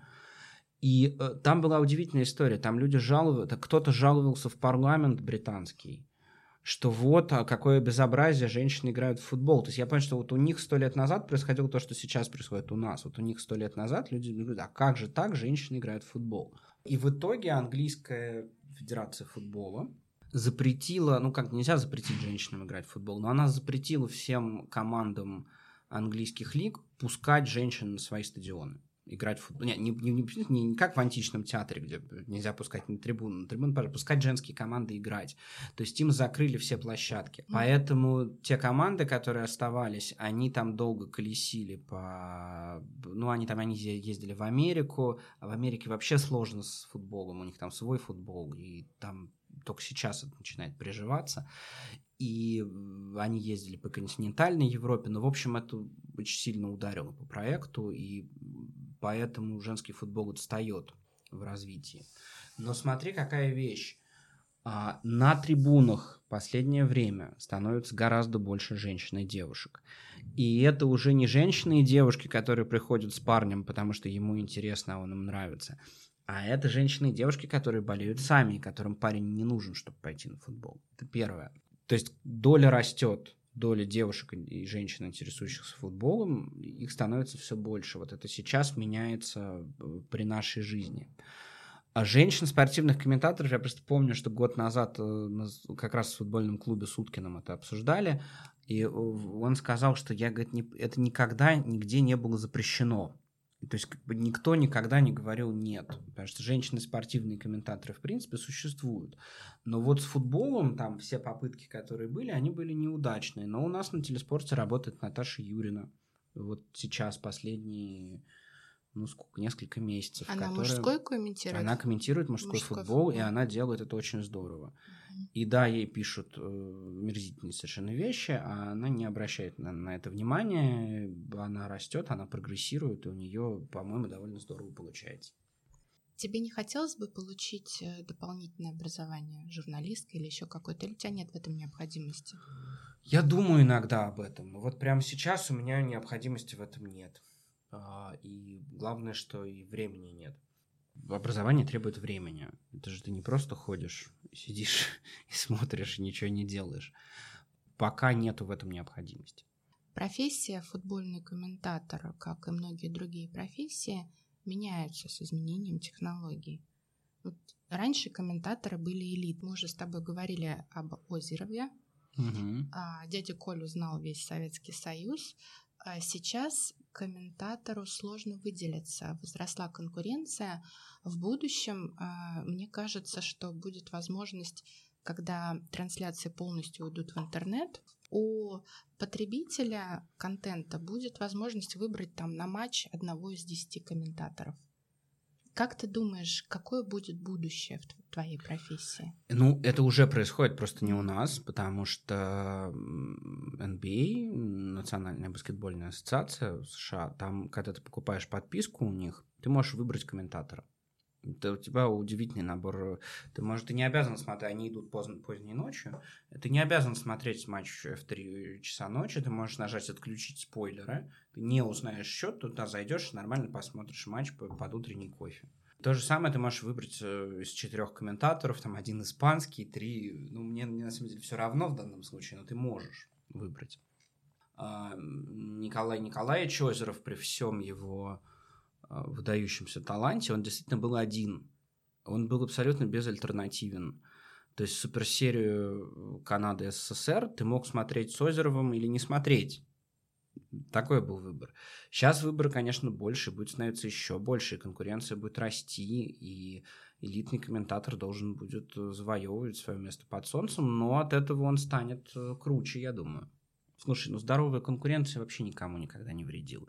B: И там была удивительная история, там люди кто-то жаловался в парламент британский, что какое безобразие, женщины играют в футбол. То есть я понял, что у них 100 лет назад происходило то, что сейчас происходит у нас. У них 100 лет назад люди говорят, а как же так женщины играют в футбол? И в итоге английская федерация футбола запретила, нельзя запретить женщинам играть в футбол, но она запретила всем командам английских лиг пускать женщин на свои стадионы. играть в футбол. Не как в античном театре, где нельзя пускать на трибуну. На трибуну, пожалуйста, пускать женские команды играть. То есть им закрыли все площадки. Поэтому те команды, которые оставались, они там долго колесили они ездили в Америку, а в Америке вообще сложно с футболом. У них там свой футбол, и там только сейчас это начинает приживаться. И они ездили по континентальной Европе, но, в общем, это очень сильно ударило по проекту, и поэтому женский футбол отстает в развитии. Но смотри, какая вещь. На трибунах в последнее время становится гораздо больше женщин и девушек. И это уже не женщины и девушки, которые приходят с парнем, потому что ему интересно, а он им нравится. А это женщины и девушки, которые болеют сами, и которым парень не нужен, чтобы пойти на футбол. Это первое. То есть доля растет, доля девушек и женщин, интересующихся футболом, их становится все больше. Вот это сейчас меняется при нашей жизни. А женщин, спортивных комментаторов, я просто помню, что год назад как раз в футбольном клубе с Уткиным это обсуждали, и он сказал, что это никогда нигде не было запрещено. То есть никто никогда не говорил нет, потому что женщины спортивные комментаторы в принципе существуют. Но вот с футболом там все попытки, которые были, они были неудачные. Но у нас на телеспорте работает Наташа Юрина. Вот сейчас последние несколько месяцев.
A: Она мужской комментирует?
B: Она комментирует мужской футбол, и она делает это очень здорово. И да, ей пишут мерзительные совершенно вещи, а она не обращает на это внимания. Она растет, она прогрессирует, и у нее, по-моему, довольно здорово получается.
A: Тебе не хотелось бы получить дополнительное образование, журналистка или еще какое-то, или у тебя нет в этом необходимости?
B: Я думаю иногда об этом, но вот прямо сейчас у меня необходимости в этом нет. И главное, что и времени нет. Образование требует времени. Это же ты не просто ходишь, сидишь и смотришь, и ничего не делаешь. Пока нету в этом необходимости.
A: Профессия футбольный комментатор, как и многие другие профессии, меняются с изменением технологий. Вот раньше комментаторы были элит. Мы уже с тобой говорили об Озерове. Дядя Колю знал весь Советский Союз. Сейчас комментатору сложно выделиться. Возросла конкуренция. В будущем, мне кажется, что будет возможность, когда трансляции полностью уйдут в интернет, у потребителя контента будет возможность выбрать там на матч одного из 10 комментаторов. Как ты думаешь, какое будет будущее в твоей профессии?
B: Это уже происходит, просто не у нас, потому что NBA, Национальная баскетбольная ассоциация США, там, когда ты покупаешь подписку у них, ты можешь выбрать комментатора. У тебя удивительный набор. Ты не обязан смотреть, они идут поздней ночью. Ты не обязан смотреть матч в 3 часа ночи. Ты можешь нажать «Отключить спойлеры». Ты не узнаешь счет, туда зайдешь и нормально посмотришь матч под утренний кофе. То же самое ты можешь выбрать из 4 комментаторов, там 1 испанский, 3. Мне на самом деле все равно в данном случае, но ты можешь выбрать. Николай Николаевич Озеров, при всем его выдающемся таланте, он действительно был один. Он был абсолютно безальтернативен. То есть суперсерию Канады СССР ты мог смотреть с Озеровым или не смотреть. Такой был выбор. Сейчас выбор, конечно, больше, будет становиться еще больше, и конкуренция будет расти, и элитный комментатор должен будет завоевывать свое место под солнцем, но от этого он станет круче, я думаю. Слушай, здоровая конкуренция вообще никому никогда не вредила.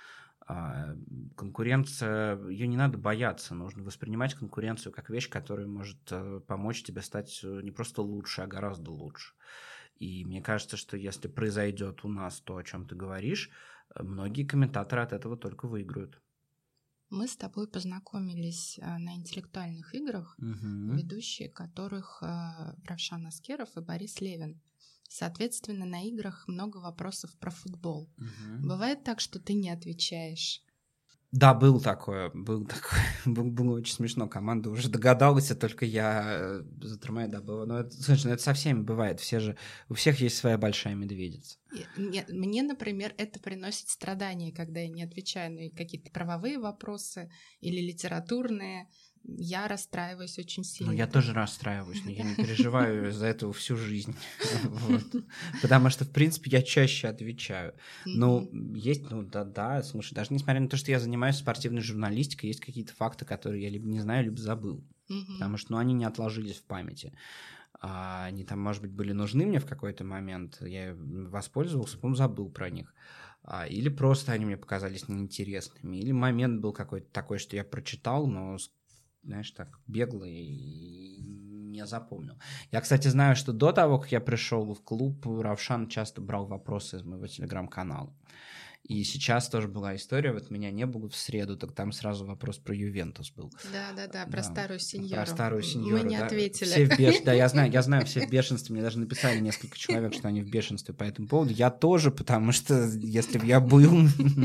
B: Конкуренция, ее не надо бояться, нужно воспринимать конкуренцию как вещь, которая может помочь тебе стать не просто лучше, а гораздо лучше. И мне кажется, что если произойдет у нас то, о чем ты говоришь, многие комментаторы от этого только выиграют.
A: Мы с тобой познакомились на интеллектуальных играх, ведущие которых Равшан Аскеров и Борис Левин. Соответственно, на играх много вопросов про футбол. Бывает так, что ты не отвечаешь?
B: Да, было такое. Было очень смешно. Команда уже догадалась, а только я затормозил. Да, было. Но это со всеми бывает. У всех есть своя большая медведица.
A: Нет, мне, например, это приносит страдания, когда я не отвечаю на какие-то правовые вопросы или литературные. Я расстраиваюсь очень сильно.
B: Ну, я тоже расстраиваюсь, но я не переживаю из-за этого всю жизнь. Потому что, в принципе, я чаще отвечаю. Ну, есть, да, слушай, даже несмотря на то, что я занимаюсь спортивной журналистикой, есть какие-то факты, которые я либо не знаю, либо забыл. Потому что, они не отложились в памяти. Они там, может быть, были нужны мне в какой-то момент, я воспользовался, потом забыл про них. Или просто они мне показались неинтересными, или момент был какой-то такой, что я прочитал, но, знаешь, так бегло и не запомнил. Я, кстати, знаю, что до того, как я пришел в клуб, Равшан часто брал вопросы из моего телеграм-канала. И сейчас тоже была история, вот меня не было в среду, так там сразу вопрос про Ювентус был.
A: Да, про старую сеньору.
B: Про старую сеньору,
A: мы не
B: да.
A: ответили.
B: Все да, я знаю, все в бешенстве. Мне даже написали несколько человек, что они в бешенстве по этому поводу. Я тоже, потому что если бы я был...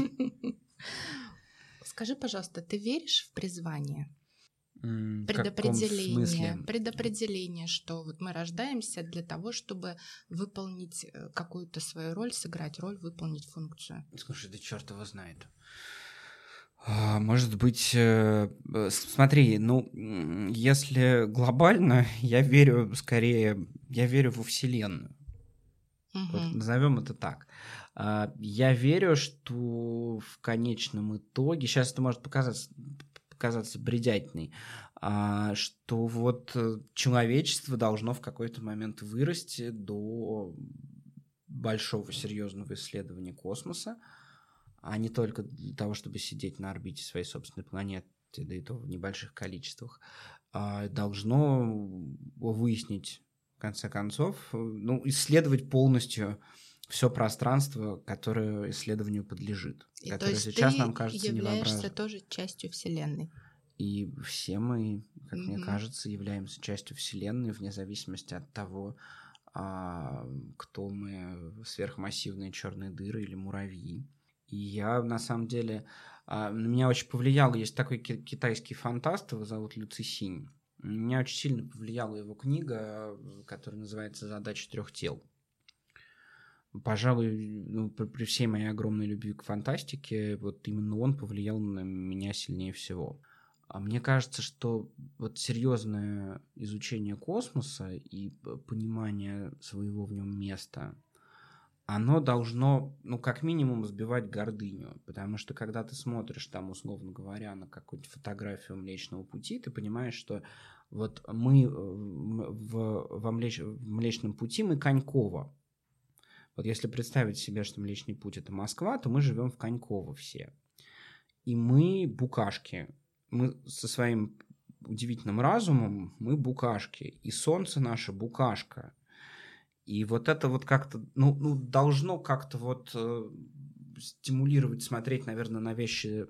A: Скажи, пожалуйста, ты веришь в призвание?
B: Предопределение.
A: Предопределение, что вот мы рождаемся для того, чтобы выполнить какую-то свою роль, сыграть роль, выполнить функцию.
B: Слушай, да черт его знает. Может быть, смотри, если глобально, я верю во Вселенную. Вот назовем это так. Я верю, что в конечном итоге, сейчас это может показаться бредятиной, что вот человечество должно в какой-то момент вырасти до большого серьезного исследования космоса, а не только для того, чтобы сидеть на орбите своей собственной планеты, да и то в небольших количествах, должно выяснить, в конце концов, исследовать полностью все пространство, которое исследованию подлежит.
A: И
B: которое
A: то есть
B: сейчас
A: ты
B: нам кажется
A: являешься
B: невообразимым.
A: тоже частью Вселенной.
B: И все мы, как мне кажется, являемся частью Вселенной, вне зависимости от того, кто мы, сверхмассивные черные дыры или муравьи. И я, на самом деле, на меня очень повлиял, есть такой китайский фантаст, его зовут Лю Цисинь. Меня очень сильно повлияла его книга, которая называется «Задача трех тел». Пожалуй, при всей моей огромной любви к фантастике, вот именно он повлиял на меня сильнее всего. Мне кажется, что вот серьезное изучение космоса и понимание своего в нем места, оно должно, как минимум, сбивать гордыню. Потому что, когда ты смотришь, там, условно говоря, на какую-то фотографию Млечного Пути, ты понимаешь, что вот мы в Млечном Пути мы Коньково. Вот если представить себе, что Млечный Путь – это Москва, то мы живем в Коньково все. И мы букашки. Мы со своим удивительным разумом, мы букашки. И солнце наше букашка. И вот это вот как-то, должно как-то вот стимулировать, смотреть, наверное, на вещи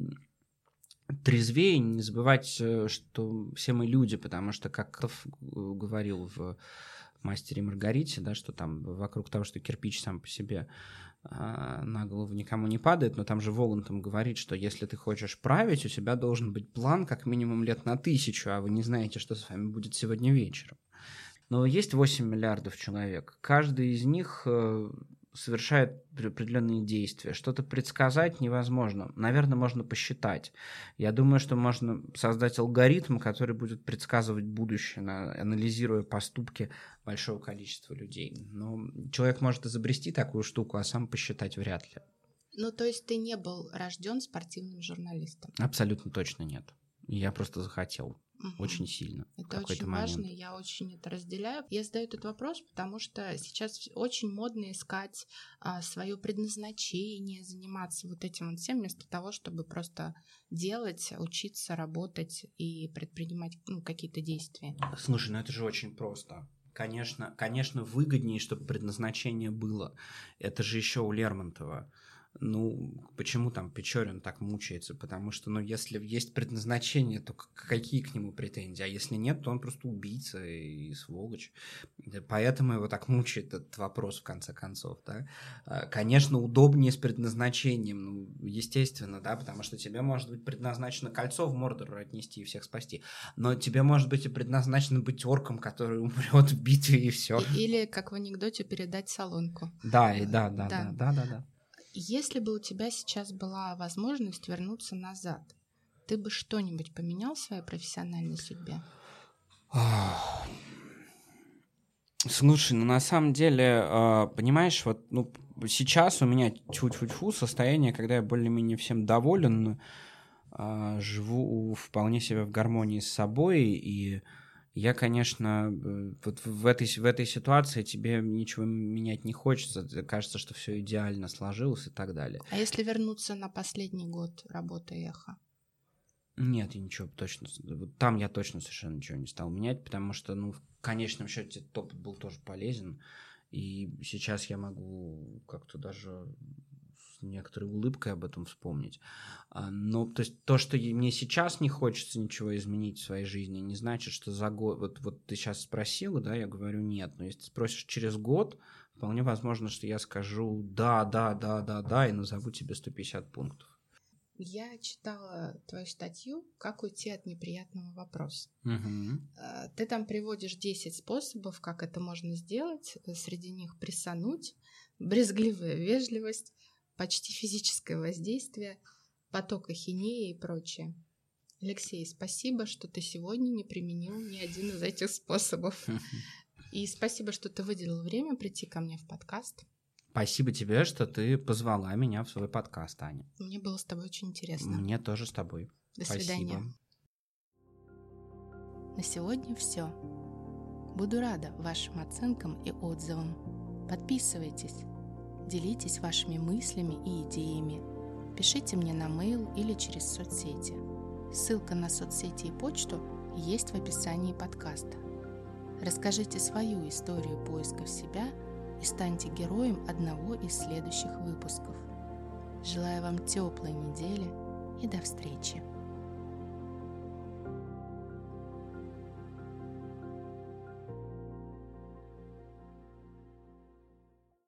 B: трезвее, не забывать, что все мы люди, потому что, как говорил в «Мастере и Маргарите», да, что там вокруг того, что кирпич сам по себе на голову никому не падает, но там же Волантом говорит, что если ты хочешь править, у тебя должен быть план как минимум лет на 1000, а вы не знаете, что с вами будет сегодня вечером. Но есть 8 миллиардов человек. Каждый из них совершает определенные действия. Что-то предсказать невозможно. Наверное, можно посчитать. Я думаю, что можно создать алгоритм, который будет предсказывать будущее, анализируя поступки большого количества людей. Но человек может изобрести такую штуку, а сам посчитать вряд ли.
A: То есть ты не был рожден спортивным журналистом?
B: Абсолютно точно нет. Я просто захотел. Очень сильно.
A: Это очень важно, я очень это разделяю. Я задаю этот вопрос, потому что сейчас очень модно искать свое предназначение, заниматься вот этим вот всем, вместо того, чтобы просто делать, учиться, работать и предпринимать какие-то действия.
B: Слушай, это же очень просто. Конечно, выгоднее, чтобы предназначение было. Это же еще у Лермонтова. Почему там Печорин так мучается? Потому что, если есть предназначение, то какие к нему претензии? А если нет, то он просто убийца и сволочь. Поэтому его так мучает этот вопрос, в конце концов, да? Конечно, удобнее с предназначением, естественно, да, потому что тебе может быть предназначено кольцо в Мордор отнести и всех спасти, но тебе может быть и предназначено быть орком, который умрет в битве, и все.
A: Или, как в анекдоте, передать солонку.
B: Да.
A: Если бы у тебя сейчас была возможность вернуться назад, Ты бы что-нибудь поменял в своей профессиональной судьбе?
B: Слушай, на самом деле, понимаешь, сейчас у меня тьфу-тьфу-тьфу состояние, когда я более-менее всем доволен, живу вполне себе в гармонии с собой, и я, конечно, вот в этой ситуации тебе ничего менять не хочется, кажется, что все идеально сложилось и так далее.
A: А если вернуться на последний год работы «Эхо»?
B: Нет, я ничего точно... Там я точно совершенно ничего не стал менять, потому что, в конечном счете, этот опыт был тоже полезен. И сейчас я могу как-то даже с некоторой улыбкой об этом вспомнить. Но, то есть, то, что мне сейчас не хочется ничего изменить в своей жизни, не значит, что за год... Вот ты сейчас спросила, да, я говорю нет. Но если ты спросишь через год, вполне возможно, что я скажу да, и назову тебе 150 пунктов.
A: Я читала твою статью «Как уйти от неприятного вопроса».
B: Угу.
A: Ты там приводишь 10 способов, как это можно сделать. Среди них прессануть, брезгливая вежливость, почти физическое воздействие, поток ахинеи и прочее. Алексей, спасибо, что ты сегодня не применил ни один из этих способов. И спасибо, что ты выделил время прийти ко мне в подкаст.
B: Спасибо тебе, что ты позвала меня в свой подкаст, Аня.
A: Мне было с тобой очень интересно.
B: Мне тоже с тобой.
A: До свидания.
B: Спасибо.
A: На сегодня все. Буду рада вашим оценкам и отзывам. Подписывайтесь, делитесь вашими мыслями и идеями. Пишите мне на mail или через соцсети. Ссылка на соцсети и почту есть в описании подкаста. Расскажите свою историю поиска себя и станьте героем одного из следующих выпусков. Желаю вам теплой недели и до встречи!